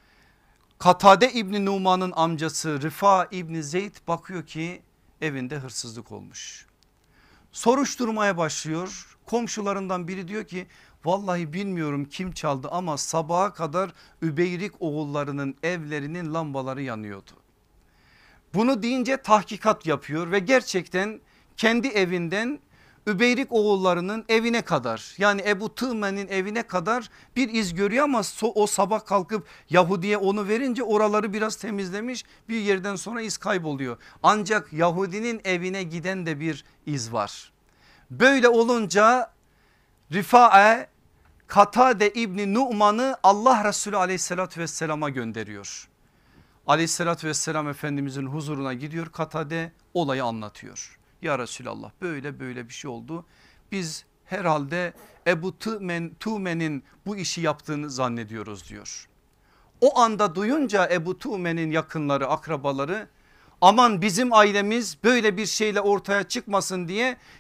Speaker 2: Katade İbni Numan'ın amcası Rifa İbni Zeyd bakıyor ki evinde hırsızlık olmuş. Soruşturmaya başlıyor. Komşularından biri diyor ki vallahi bilmiyorum kim çaldı ama sabaha kadar Übeyrik oğullarının evlerinin lambaları yanıyordu. Bunu deyince tahkikat yapıyor ve gerçekten kendi evinden Übeyrik oğullarının evine kadar, yani Ebu Tığmen'in evine kadar bir iz görüyor ama o sabah kalkıp Yahudi'ye onu verince oraları biraz temizlemiş, bir yerden sonra iz kayboluyor. Ancak Yahudinin evine giden de bir iz var. Böyle olunca Rifae Katade İbni Nu'man'ı Allah Resulü aleyhissalatü vesselama gönderiyor. Aleyhissalatü vesselam Efendimizin huzuruna gidiyor, Katade olayı anlatıyor. Ya Resulallah böyle böyle bir şey oldu. Biz herhalde Ebu Tu'men, Tu'men'in bu işi yaptığını zannediyoruz diyor. O anda duyunca Ebu Tu'men'in yakınları, akrabaları aman bizim ailemiz böyle bir şeyle ortaya çıkmasın diye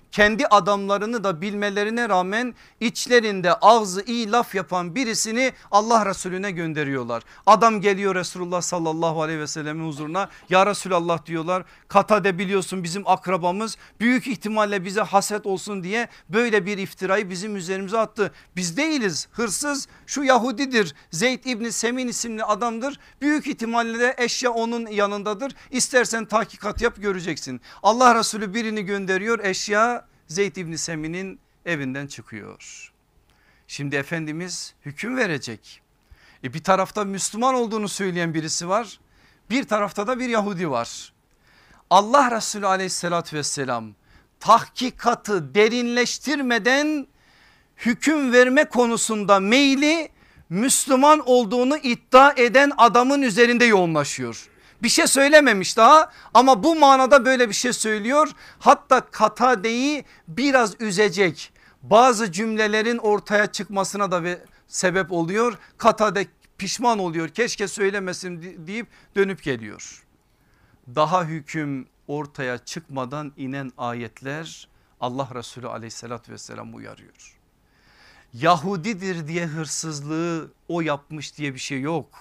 Speaker 2: kendi adamlarını da bilmelerine rağmen içlerinde ağzı iyi laf yapan birisini Allah Resulüne gönderiyorlar. Adam geliyor Resulullah sallallahu aleyhi ve sellemin huzuruna, ya Resulallah diyorlar, Katade biliyorsun bizim akrabamız, büyük ihtimalle bize haset olsun diye böyle bir iftirayı bizim üzerimize attı. Biz değiliz, hırsız şu Yahudidir, Zeyd İbni Semin isimli adamdır, büyük ihtimalle de eşya onun yanındadır, İstersen tahkikat yap göreceksin. Allah Resulü birini gönderiyor, eşya Zeyd İbni Semin'in evinden çıkıyor. Şimdi Efendimiz hüküm verecek. E bir tarafta Müslüman olduğunu söyleyen birisi var, bir tarafta da bir Yahudi var. Allah Resulü aleyhissalatü vesselam tahkikatı derinleştirmeden hüküm verme konusunda meyli Müslüman olduğunu iddia eden adamın üzerinde yoğunlaşıyor. Bir şey söylememiş daha ama bu manada böyle bir şey söylüyor. Hatta Katade'yi biraz üzecek bazı cümlelerin ortaya çıkmasına da sebep oluyor. Katade pişman oluyor, keşke söylemesin deyip dönüp geliyor. Daha hüküm ortaya çıkmadan inen ayetler Allah Resulü aleyhissalatü vesselam uyarıyor. Yahudidir diye hırsızlığı o yapmış diye bir şey yok.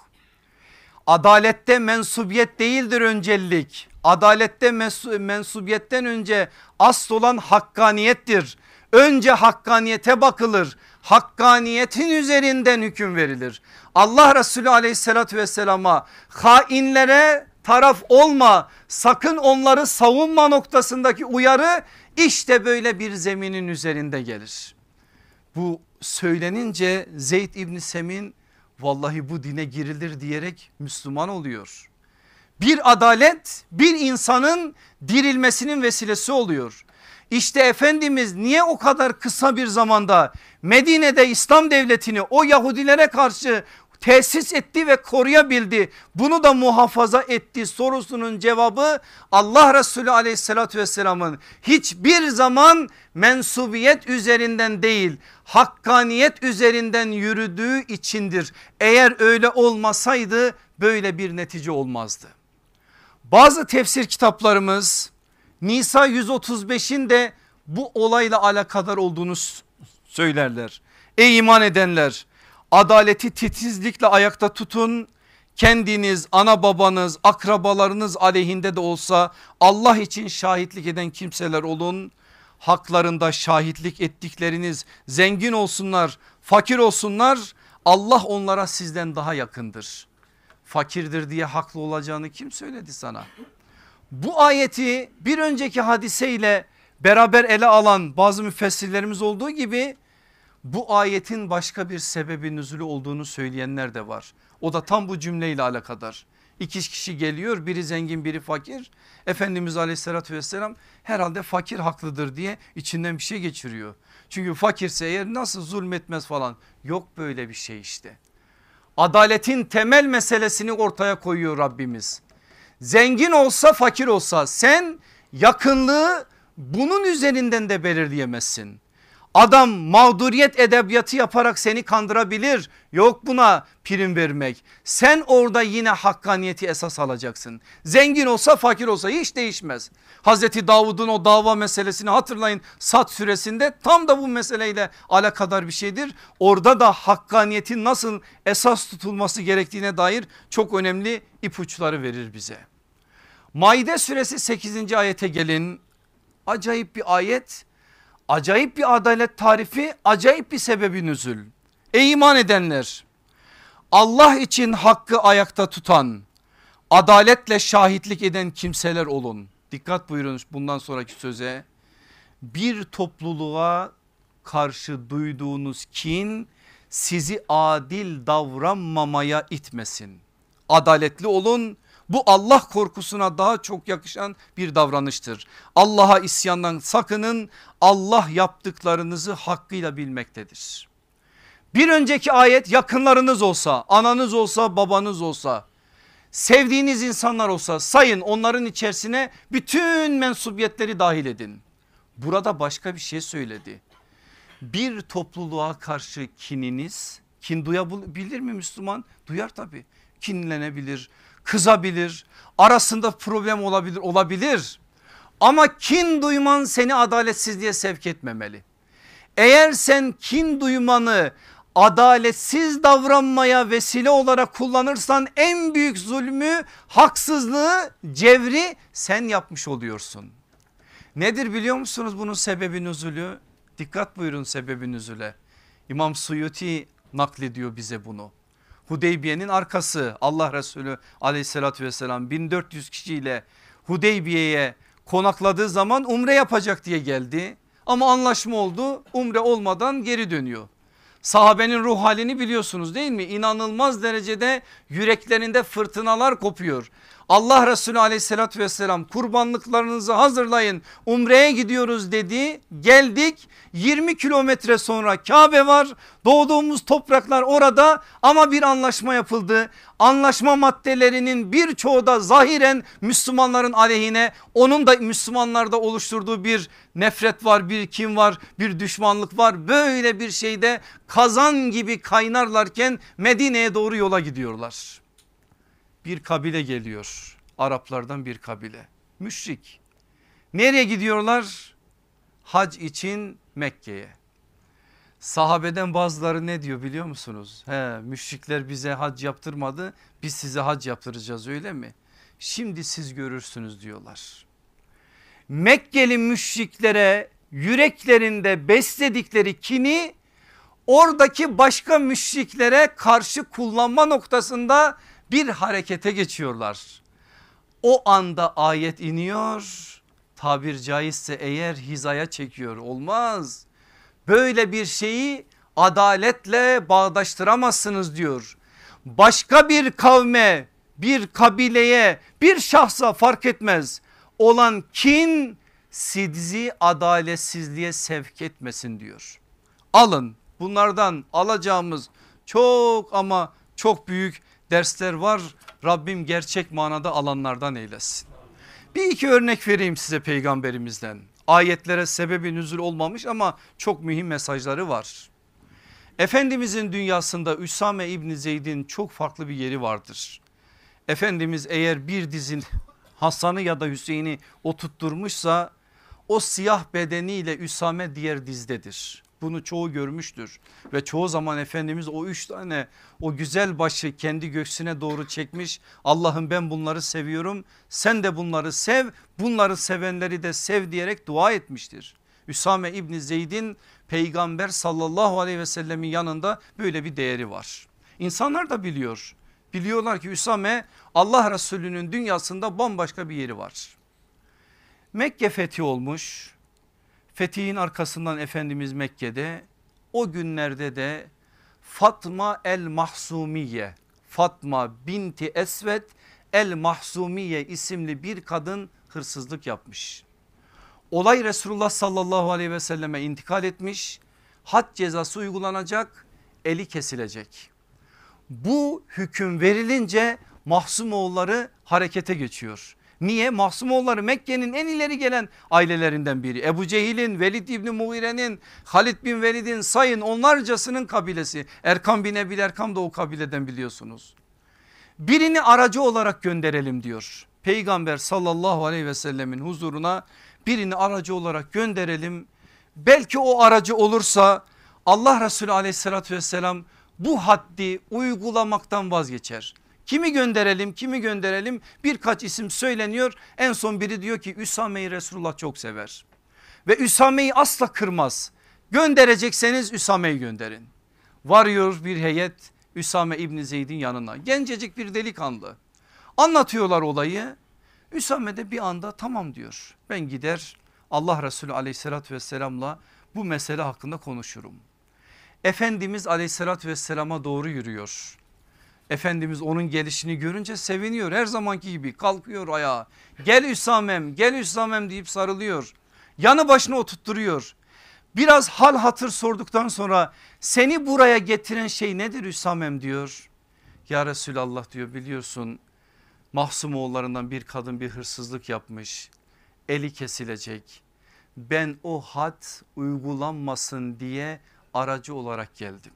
Speaker 2: Adalette mensubiyet değildir öncelik. Adalette mensubiyetten önce asıl olan hakkaniyettir. Önce hakkaniyete bakılır. Hakkaniyetin üzerinden hüküm verilir. Allah Resulü aleyhissalatü vesselama hainlere taraf olma, sakın onları savunma noktasındaki uyarı işte böyle bir zeminin üzerinde gelir. Bu söylenince Zeyd İbni Semin vallahi bu dine girilir diyerek Müslüman oluyor. Bir adalet bir insanın dirilmesinin vesilesi oluyor. İşte Efendimiz niye o kadar kısa bir zamanda Medine'de İslam devletini o Yahudilere karşı tesis etti ve koruyabildi, bunu da muhafaza etti sorusunun cevabı Allah Resulü aleyhissalatü vesselamın hiçbir zaman mensubiyet üzerinden değil hakkaniyet üzerinden yürüdüğü içindir. Eğer öyle olmasaydı böyle bir netice olmazdı. Bazı tefsir kitaplarımız Nisa yüz otuz beşin de bu olayla alakadar olduğunu söylerler. Ey iman edenler, adaleti titizlikle ayakta tutun. Kendiniz, ana babanız, akrabalarınız aleyhinde de olsa Allah için şahitlik eden kimseler olun. Haklarında şahitlik ettikleriniz zengin olsunlar, fakir olsunlar, Allah onlara sizden daha yakındır. Fakirdir diye haklı olacağını kim söyledi sana? Bu ayeti bir önceki hadiseyle beraber ele alan bazı müfessirlerimiz olduğu gibi bu ayetin başka bir sebebi nüzulü olduğunu söyleyenler de var. O da tam bu cümleyle alakadar. İki kişi geliyor, biri zengin biri fakir. Efendimiz aleyhissalatü vesselam herhalde fakir haklıdır diye içinden bir şey geçiriyor. Çünkü fakirse eğer nasıl zulmetmez falan, yok böyle bir şey işte. Adaletin temel meselesini ortaya koyuyor Rabbimiz. Zengin olsa fakir olsa sen yakınlığı bunun üzerinden de belirleyemezsin. Adam mağduriyet edebiyatı yaparak seni kandırabilir, yok buna prim vermek. Sen orada yine hakkaniyeti esas alacaksın. Zengin olsa fakir olsa hiç değişmez. Hazreti Davud'un o dava meselesini hatırlayın, Sad suresinde tam da bu meseleyle alakadar bir şeydir. Orada da hakkaniyetin nasıl esas tutulması gerektiğine dair çok önemli ipuçları verir bize. Maide suresi sekizinci ayete gelin. Acayip bir ayet, acayip bir adalet tarifi, acayip bir sebebi nüzul. Ey iman edenler, Allah için hakkı ayakta tutan, adaletle şahitlik eden kimseler olun. Dikkat buyurun bundan sonraki söze. Bir topluluğa karşı duyduğunuz kin sizi adil davranmamaya itmesin. Adaletli olun. Bu Allah korkusuna daha çok yakışan bir davranıştır. Allah'a isyandan sakının, Allah yaptıklarınızı hakkıyla bilmektedir. Bir önceki ayet yakınlarınız olsa, ananız olsa, babanız olsa, sevdiğiniz insanlar olsa sayın, onların içerisine bütün mensubiyetleri dahil edin. Burada başka bir şey söyledi. Bir topluluğa karşı kininiz, kin duyabilir mi Müslüman? Duyar tabii, kinlenebilir, kızabilir, arasında problem olabilir olabilir. Ama kin duyman seni adaletsizliğe sevk etmemeli. Eğer sen kin duymanı adaletsiz davranmaya vesile olarak kullanırsan en büyük zulmü, haksızlığı, cevri sen yapmış oluyorsun. Nedir biliyor musunuz bunun sebebi nüzulü? Dikkat buyurun sebebi nüzule. İmam Suyuti naklediyor bize bunu. Hudeybiye'nin arkası, Allah Resulü aleyhissalatü vesselam bin dört yüz kişiyle Hudeybiye'ye konakladığı zaman umre yapacak diye geldi. Ama anlaşma oldu, umre olmadan geri dönüyor. Sahabenin ruh halini biliyorsunuz değil mi? İnanılmaz derecede yüreklerinde fırtınalar kopuyor. Allah Resulü aleyhissalatü vesselam kurbanlıklarınızı hazırlayın, umreye gidiyoruz dedi. Geldik, yirmi kilometre sonra Kabe var, doğduğumuz topraklar orada ama bir anlaşma yapıldı. Anlaşma maddelerinin birçoğu da zahiren Müslümanların aleyhine, onun da Müslümanlarda oluşturduğu bir nefret var, bir kin var, bir düşmanlık var. Böyle bir şeyde kazan gibi kaynarlarken Medine'ye doğru yola gidiyorlar. Bir kabile geliyor, Araplardan bir kabile, müşrik. Nereye gidiyorlar? Hac için Mekke'ye. Sahabeden bazıları ne diyor biliyor musunuz? He, müşrikler bize hac yaptırmadı, biz size hac yaptıracağız, öyle mi? Şimdi siz görürsünüz diyorlar. Mekkeli müşriklere yüreklerinde besledikleri kini oradaki başka müşriklere karşı kullanma noktasında bir harekete geçiyorlar. O anda ayet iniyor, tabir caizse eğer hizaya çekiyor. Olmaz, böyle bir şeyi adaletle bağdaştıramazsınız diyor. Başka bir kavme, bir kabileye, bir şahsa fark etmez olan kin sizi adaletsizliğe sevk etmesin diyor. Alın, bunlardan alacağımız çok ama çok büyük dersler var. Rabbim gerçek manada alanlardan eylesin. Bir iki örnek vereyim size peygamberimizden. Ayetlere sebebi nüzul olmamış ama çok mühim mesajları var. Efendimizin dünyasında Üsame İbni Zeyd'in çok farklı bir yeri vardır. Efendimiz eğer bir dizin Hasan'ı ya da Hüseyin'i oturtturmuşsa o siyah bedeniyle Üsame diğer dizdedir. Bunu çoğu görmüştür ve çoğu zaman Efendimiz o üç tane o güzel başı kendi göğsüne doğru çekmiş. Allah'ım ben bunları seviyorum, sen de bunları sev, bunları sevenleri de sev diyerek dua etmiştir. Üsame İbni Zeyd'in peygamber sallallahu aleyhi ve sellemin yanında böyle bir değeri var. İnsanlar da biliyor, biliyorlar ki Üsame Allah Resulü'nün dünyasında bambaşka bir yeri var. Mekke fethi olmuş. Fethihin arkasından Efendimiz Mekke'de, o günlerde de Fatma el Mahsumiye, Fatma binti Esved el Mahsumiye isimli bir kadın hırsızlık yapmış. Olay Resulullah sallallahu aleyhi ve selleme intikal etmiş, had cezası uygulanacak, eli kesilecek. Bu hüküm verilince Mahsumoğulları harekete geçiyor. Niye? Mahsumoğulları Mekke'nin en ileri gelen ailelerinden biri. Ebu Cehil'in, Velid İbni Mugire'nin, Halid bin Velid'in, sayın onlarcasının kabilesi. Erkam bin Ebil Erkam da o kabileden biliyorsunuz. Birini aracı olarak gönderelim diyor. Peygamber sallallahu aleyhi ve sellemin huzuruna birini aracı olarak gönderelim. Belki o aracı olursa Allah Resulü aleyhissalatü vesselam bu haddi uygulamaktan vazgeçer. Kimi gönderelim, kimi gönderelim, birkaç isim söyleniyor. En son biri diyor ki Üsame'yi Resulullah çok sever ve Üsame'yi asla kırmaz. Gönderecekseniz Üsame'yi gönderin. Varıyor bir heyet Üsame İbni Zeyd'in yanına, gencecik bir delikanlı. Anlatıyorlar olayı. Üsame de bir anda tamam diyor, ben gider Allah Resulü aleyhissalatü vesselamla bu mesele hakkında konuşurum. Efendimiz aleyhissalatü vesselama doğru yürüyor. Efendimiz onun gelişini görünce seviniyor, her zamanki gibi kalkıyor ayağa. Gel Üsamem, gel Üsamem deyip sarılıyor. Yanı başına oturtturuyor. Biraz hal hatır sorduktan sonra seni buraya getiren şey nedir Üsamem diyor. Ya Resulallah diyor, biliyorsun Mahsumoğullarından bir kadın bir hırsızlık yapmış, eli kesilecek. Ben o had uygulanmasın diye aracı olarak geldim.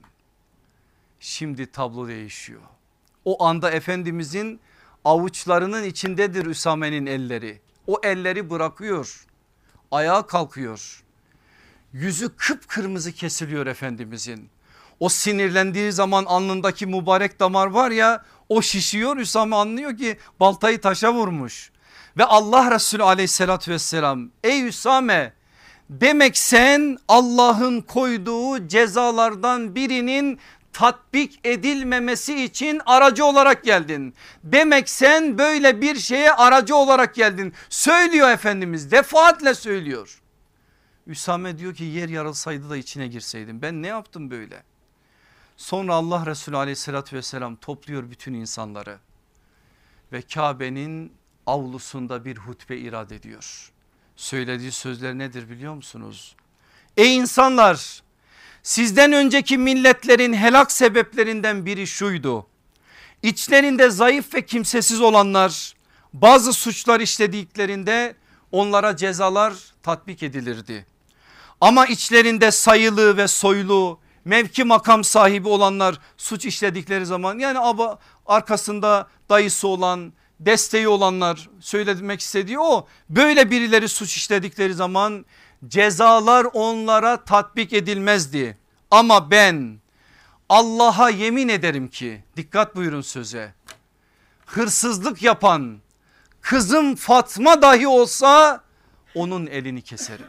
Speaker 2: Şimdi tablo değişiyor. O anda Efendimizin avuçlarının içindedir Üsame'nin elleri. O elleri bırakıyor, ayağa kalkıyor. Yüzü kıpkırmızı kesiliyor Efendimizin. O sinirlendiği zaman alnındaki mübarek damar var ya, o şişiyor. Üsame anlıyor ki baltayı taşa vurmuş. Ve Allah Resulü aleyhissalatü vesselam, ey Üsame, demek sen Allah'ın koyduğu cezalardan birinin tatbik edilmemesi için aracı olarak geldin. Demek sen böyle bir şeye aracı olarak geldin. Söylüyor Efendimiz, defaatle söylüyor. Üsame diyor ki yer yarılsaydı da içine girseydim, ben ne yaptım böyle? Sonra Allah Resulü aleyhissalatü vesselam topluyor bütün insanları ve Kabe'nin avlusunda bir hutbe irad ediyor. Söylediği sözler nedir biliyor musunuz? Ey insanlar, sizden önceki milletlerin helak sebeplerinden biri şuydu: İçlerinde zayıf ve kimsesiz olanlar bazı suçlar işlediklerinde onlara cezalar tatbik edilirdi. Ama içlerinde sayılı ve soylu, mevki makam sahibi olanlar suç işledikleri zaman, yani aba, arkasında dayısı olan, desteği olanlar, söylemek istediği o, böyle birileri suç işledikleri zaman cezalar onlara tatbik edilmezdi. Ama ben Allah'a yemin ederim ki, dikkat buyurun söze, hırsızlık yapan kızım Fatma dahi olsa onun elini keserim.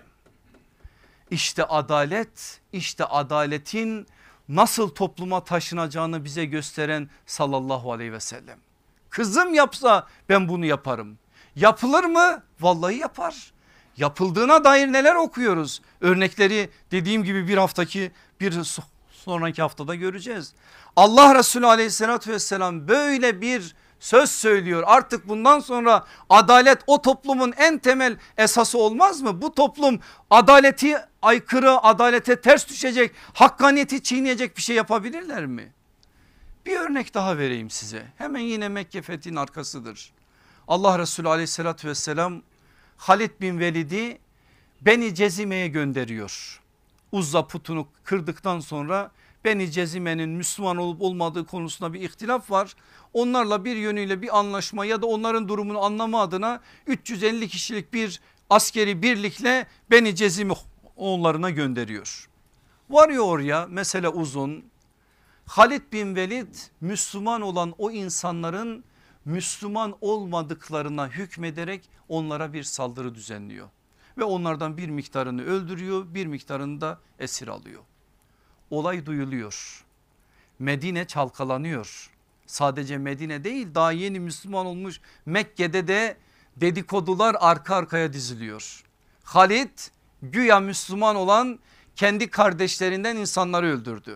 Speaker 2: İşte adalet, işte adaletin nasıl topluma taşınacağını bize gösteren sallallahu aleyhi ve sellem. Kızım yapsa ben bunu yaparım. Yapılır mı? Vallahi yapar. Yapıldığına dair neler okuyoruz? Örnekleri dediğim gibi bir haftaki bir sonraki haftada göreceğiz. Allah Resulü aleyhissalatü vesselam böyle bir söz söylüyor. Artık bundan sonra adalet o toplumun en temel esası olmaz mı? Bu toplum adaleti aykırı, adalete ters düşecek, hakkaniyeti çiğneyecek bir şey yapabilirler mi? Bir örnek daha vereyim size. Hemen yine Mekke fethinin arkasıdır. Allah Resulü aleyhissalatü vesselam Halid bin Velid'i Beni Cezime'ye gönderiyor. Uzza putunu kırdıktan sonra Beni Cezime'nin Müslüman olup olmadığı konusunda bir ihtilaf var. Onlarla bir yönüyle bir anlaşma ya da onların durumunu anlama adına üç yüz elli kişilik bir askeri birlikle Beni Cezime oğullarına gönderiyor. Varıyor oraya, mesele uzun. Halid bin Velid Müslüman olan o insanların Müslüman olmadıklarına hükmederek onlara bir saldırı düzenliyor. Ve onlardan bir miktarını öldürüyor, bir miktarını da esir alıyor. Olay duyuluyor. Medine çalkalanıyor. Sadece Medine değil, daha yeni Müslüman olmuş Mekke'de de dedikodular arka arkaya diziliyor. Halid güya Müslüman olan kendi kardeşlerinden insanları öldürdü.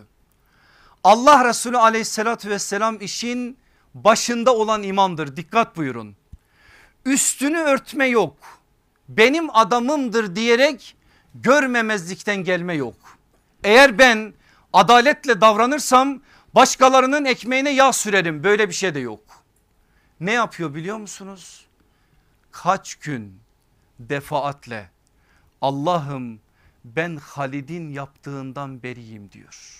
Speaker 2: Allah Resulü aleyhissalatü vesselam işin başında olan imamdır, dikkat buyurun. Üstünü örtme yok, benim adamımdır diyerek görmemezlikten gelme yok. Eğer ben adaletle davranırsam başkalarının ekmeğine yağ sürerim, böyle bir şey de yok. Ne yapıyor biliyor musunuz? Kaç gün defaatle Allah'ım ben Halid'in yaptığından beriyim diyor.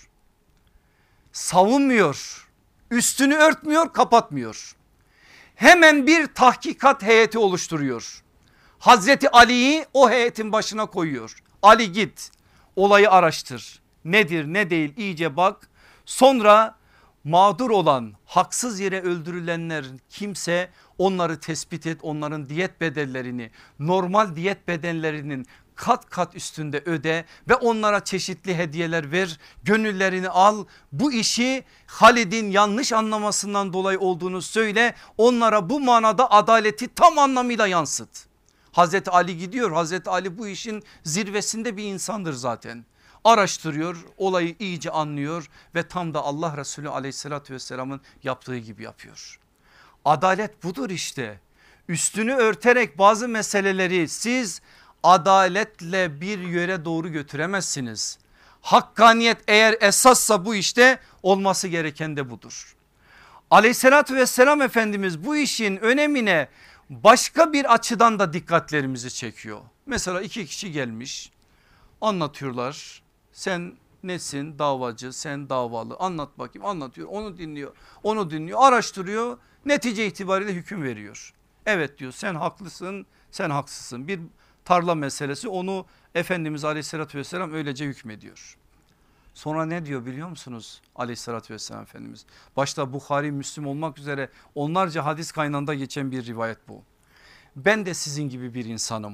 Speaker 2: Savunmuyor, üstünü örtmüyor, kapatmıyor. Hemen bir tahkikat heyeti oluşturuyor. Hazreti Ali'yi o heyetin başına koyuyor. Ali git, olayı araştır. Nedir ne değil iyice bak. Sonra mağdur olan, haksız yere öldürülenler kimse, onları tespit et, onların diyet bedellerini normal diyet bedellerinin kat kat üstünde öde ve onlara çeşitli hediyeler ver, gönüllerini al. Bu işi Halid'in yanlış anlamasından dolayı olduğunu söyle, onlara bu manada adaleti tam anlamıyla yansıt. Hazreti Ali gidiyor, Hazreti Ali bu işin zirvesinde bir insandır zaten. Araştırıyor, olayı iyice anlıyor ve tam da Allah Resulü aleyhissalatü vesselamın yaptığı gibi yapıyor. Adalet budur işte. Üstünü örterek bazı meseleleri siz adaletle bir yöre doğru götüremezsiniz. Hakkaniyet eğer esassa bu işte olması gereken de budur. Aleyhissalatü vesselam Efendimiz bu işin önemine başka bir açıdan da dikkatlerimizi çekiyor. Mesela iki kişi gelmiş, anlatıyorlar. Sen nesin? Davacı, sen davalı, anlat bakayım, anlatıyor, onu dinliyor, onu dinliyor, araştırıyor, netice itibariyle hüküm veriyor. Evet diyor, sen haklısın, sen haksızsın. Bir tarla meselesi, onu Efendimiz aleyhissalatü vesselam öylece hükmediyor. Sonra ne diyor biliyor musunuz aleyhissalatü vesselam Efendimiz? Başta Bukhari, Müslim olmak üzere onlarca hadis kaynağında geçen bir rivayet bu. Ben de sizin gibi bir insanım.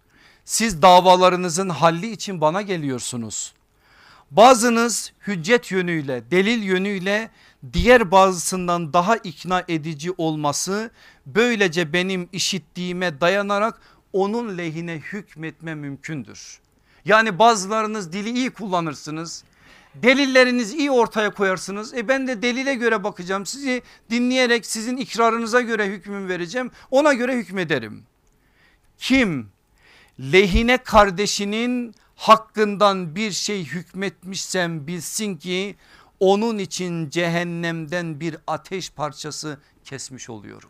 Speaker 2: Siz davalarınızın halli için bana geliyorsunuz. Bazınız hüccet yönüyle, delil yönüyle diğer bazısından daha ikna edici olması, böylece benim işittiğime dayanarak onun lehine hükmetme mümkündür. Yani bazılarınız dili iyi kullanırsınız, delillerinizi iyi ortaya koyarsınız. E ben de delile göre bakacağım, sizi dinleyerek sizin ikrarınıza göre hükmümü vereceğim, ona göre hükmederim. Kim lehine kardeşinin hakkından bir şey hükmetmişsem bilsin ki onun için cehennemden bir ateş parçası kesmiş oluyorum.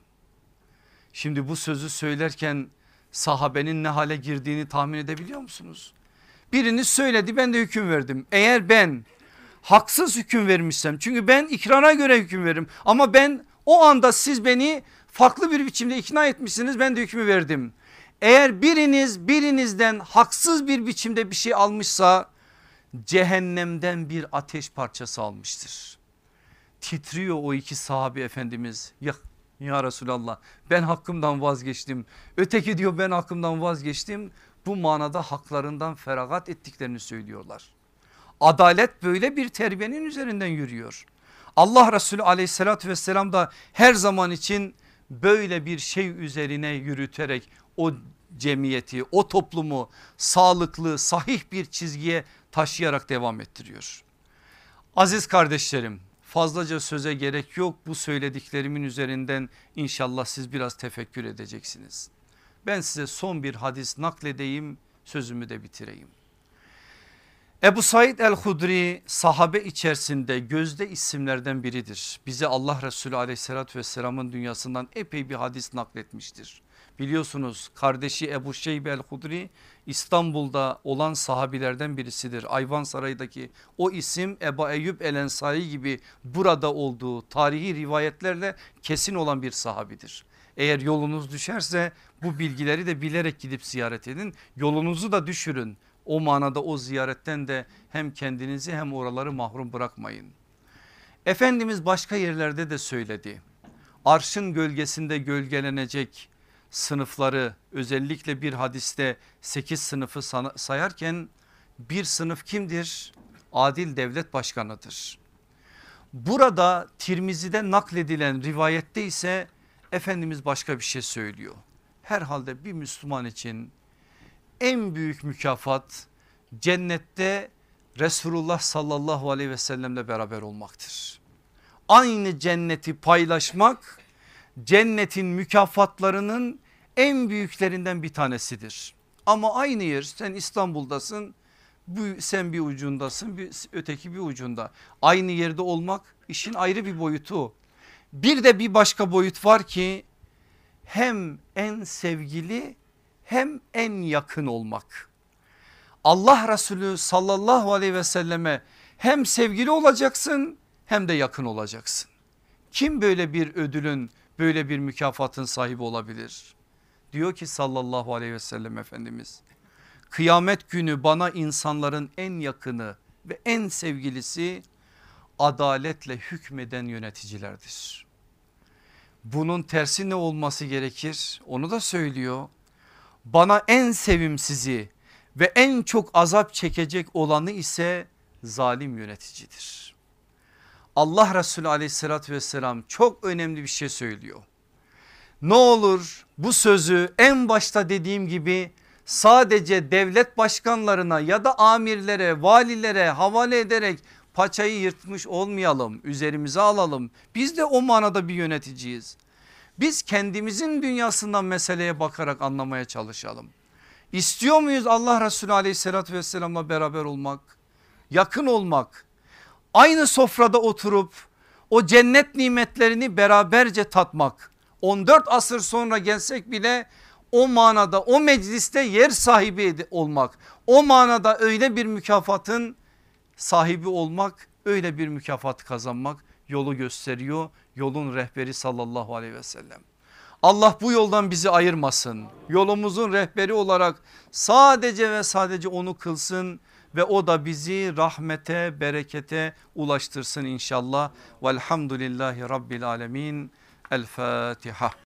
Speaker 2: Şimdi bu sözü söylerken sahabenin ne hale girdiğini tahmin edebiliyor musunuz? Biriniz söyledi, ben de hüküm verdim. Eğer ben haksız hüküm vermişsem, çünkü ben ikrara göre hüküm veririm, ama ben o anda siz beni farklı bir biçimde ikna etmişsiniz, ben de hükmü verdim. Eğer biriniz birinizden haksız bir biçimde bir şey almışsa cehennemden bir ateş parçası almıştır. Titriyor o iki sahabi efendimiz. Ya, ya Resulallah, ben hakkımdan vazgeçtim. Öteki diyor ben hakkımdan vazgeçtim. Bu manada haklarından feragat ettiklerini söylüyorlar. Adalet böyle bir terbiyenin üzerinden yürüyor. Allah Resulü aleyhissalatü vesselam da her zaman için böyle bir şey üzerine yürüterek o cemiyeti, o toplumu sağlıklı, sahih bir çizgiye taşıyarak devam ettiriyor. Aziz kardeşlerim, fazlaca söze gerek yok. Bu söylediklerimin üzerinden inşallah siz biraz tefekkür edeceksiniz. Ben size son bir hadis nakledeyim, sözümü de bitireyim. Ebu Said el-Hudri sahabe içerisinde gözde isimlerden biridir. Bize Allah Resulü aleyhissalatü vesselamın dünyasından epey bir hadis nakletmiştir. Biliyorsunuz kardeşi Ebu Şeybe el-Hudri İstanbul'da olan sahabilerden birisidir. Ayvansaray'daki o isim Ebu Eyyub el-Ensari gibi burada olduğu tarihi rivayetlerle kesin olan bir sahabidir. Eğer yolunuz düşerse bu bilgileri de bilerek gidip ziyaret edin. Yolunuzu da düşürün. O manada o ziyaretten de hem kendinizi hem oraları mahrum bırakmayın. Efendimiz başka yerlerde de söyledi. Arşın gölgesinde gölgelenecek sınıfları, özellikle bir hadiste sekiz sınıfı sayarken bir sınıf kimdir? Adil devlet başkanıdır. Burada Tirmizi'de nakledilen rivayette ise Efendimiz başka bir şey söylüyor. Herhalde bir Müslüman için en büyük mükafat cennette Resulullah sallallahu aleyhi ve sellemle beraber olmaktır. Aynı cenneti paylaşmak cennetin mükafatlarının en büyüklerinden bir tanesidir. Ama aynı yer, sen İstanbul'dasın, sen bir ucundasın, bir, öteki bir ucunda. Aynı yerde olmak işin ayrı bir boyutu. Bir de bir başka boyut var ki hem en sevgili hem en yakın olmak. Allah Resulü sallallahu aleyhi ve selleme hem sevgili olacaksın hem de yakın olacaksın. Kim böyle bir ödülün, böyle bir mükafatın sahibi olabilir? Diyor ki sallallahu aleyhi ve sellem Efendimiz, kıyamet günü bana insanların en yakını ve en sevgilisi adaletle hükmeden yöneticilerdir. Bunun tersi ne olması gerekir? Onu da söylüyor. Bana en sevimsizi ve en çok azap çekecek olanı ise zalim yöneticidir. Allah Resulü aleyhissalatü vesselam çok önemli bir şey söylüyor. Ne olur bu sözü en başta dediğim gibi sadece devlet başkanlarına ya da amirlere, valilere havale ederek paçayı yırtmış olmayalım, üzerimize alalım. Biz de o manada bir yöneticiyiz. Biz kendimizin dünyasından meseleye bakarak anlamaya çalışalım. İstiyor muyuz Allah Resulü aleyhissalatü vesselamla beraber olmak, yakın olmak, aynı sofrada oturup o cennet nimetlerini beraberce tatmak? on dört asır sonra gelsek bile o manada o mecliste yer sahibi olmak, o manada öyle bir mükafatın sahibi olmak, öyle bir mükafat kazanmak yolu gösteriyor. Yolun rehberi sallallahu aleyhi ve sellem. Allah bu yoldan bizi ayırmasın. Yolumuzun rehberi olarak sadece ve sadece onu kılsın ve o da bizi rahmete, berekete ulaştırsın inşallah. Velhamdülillahi Rabbil alemin. El Fatiha.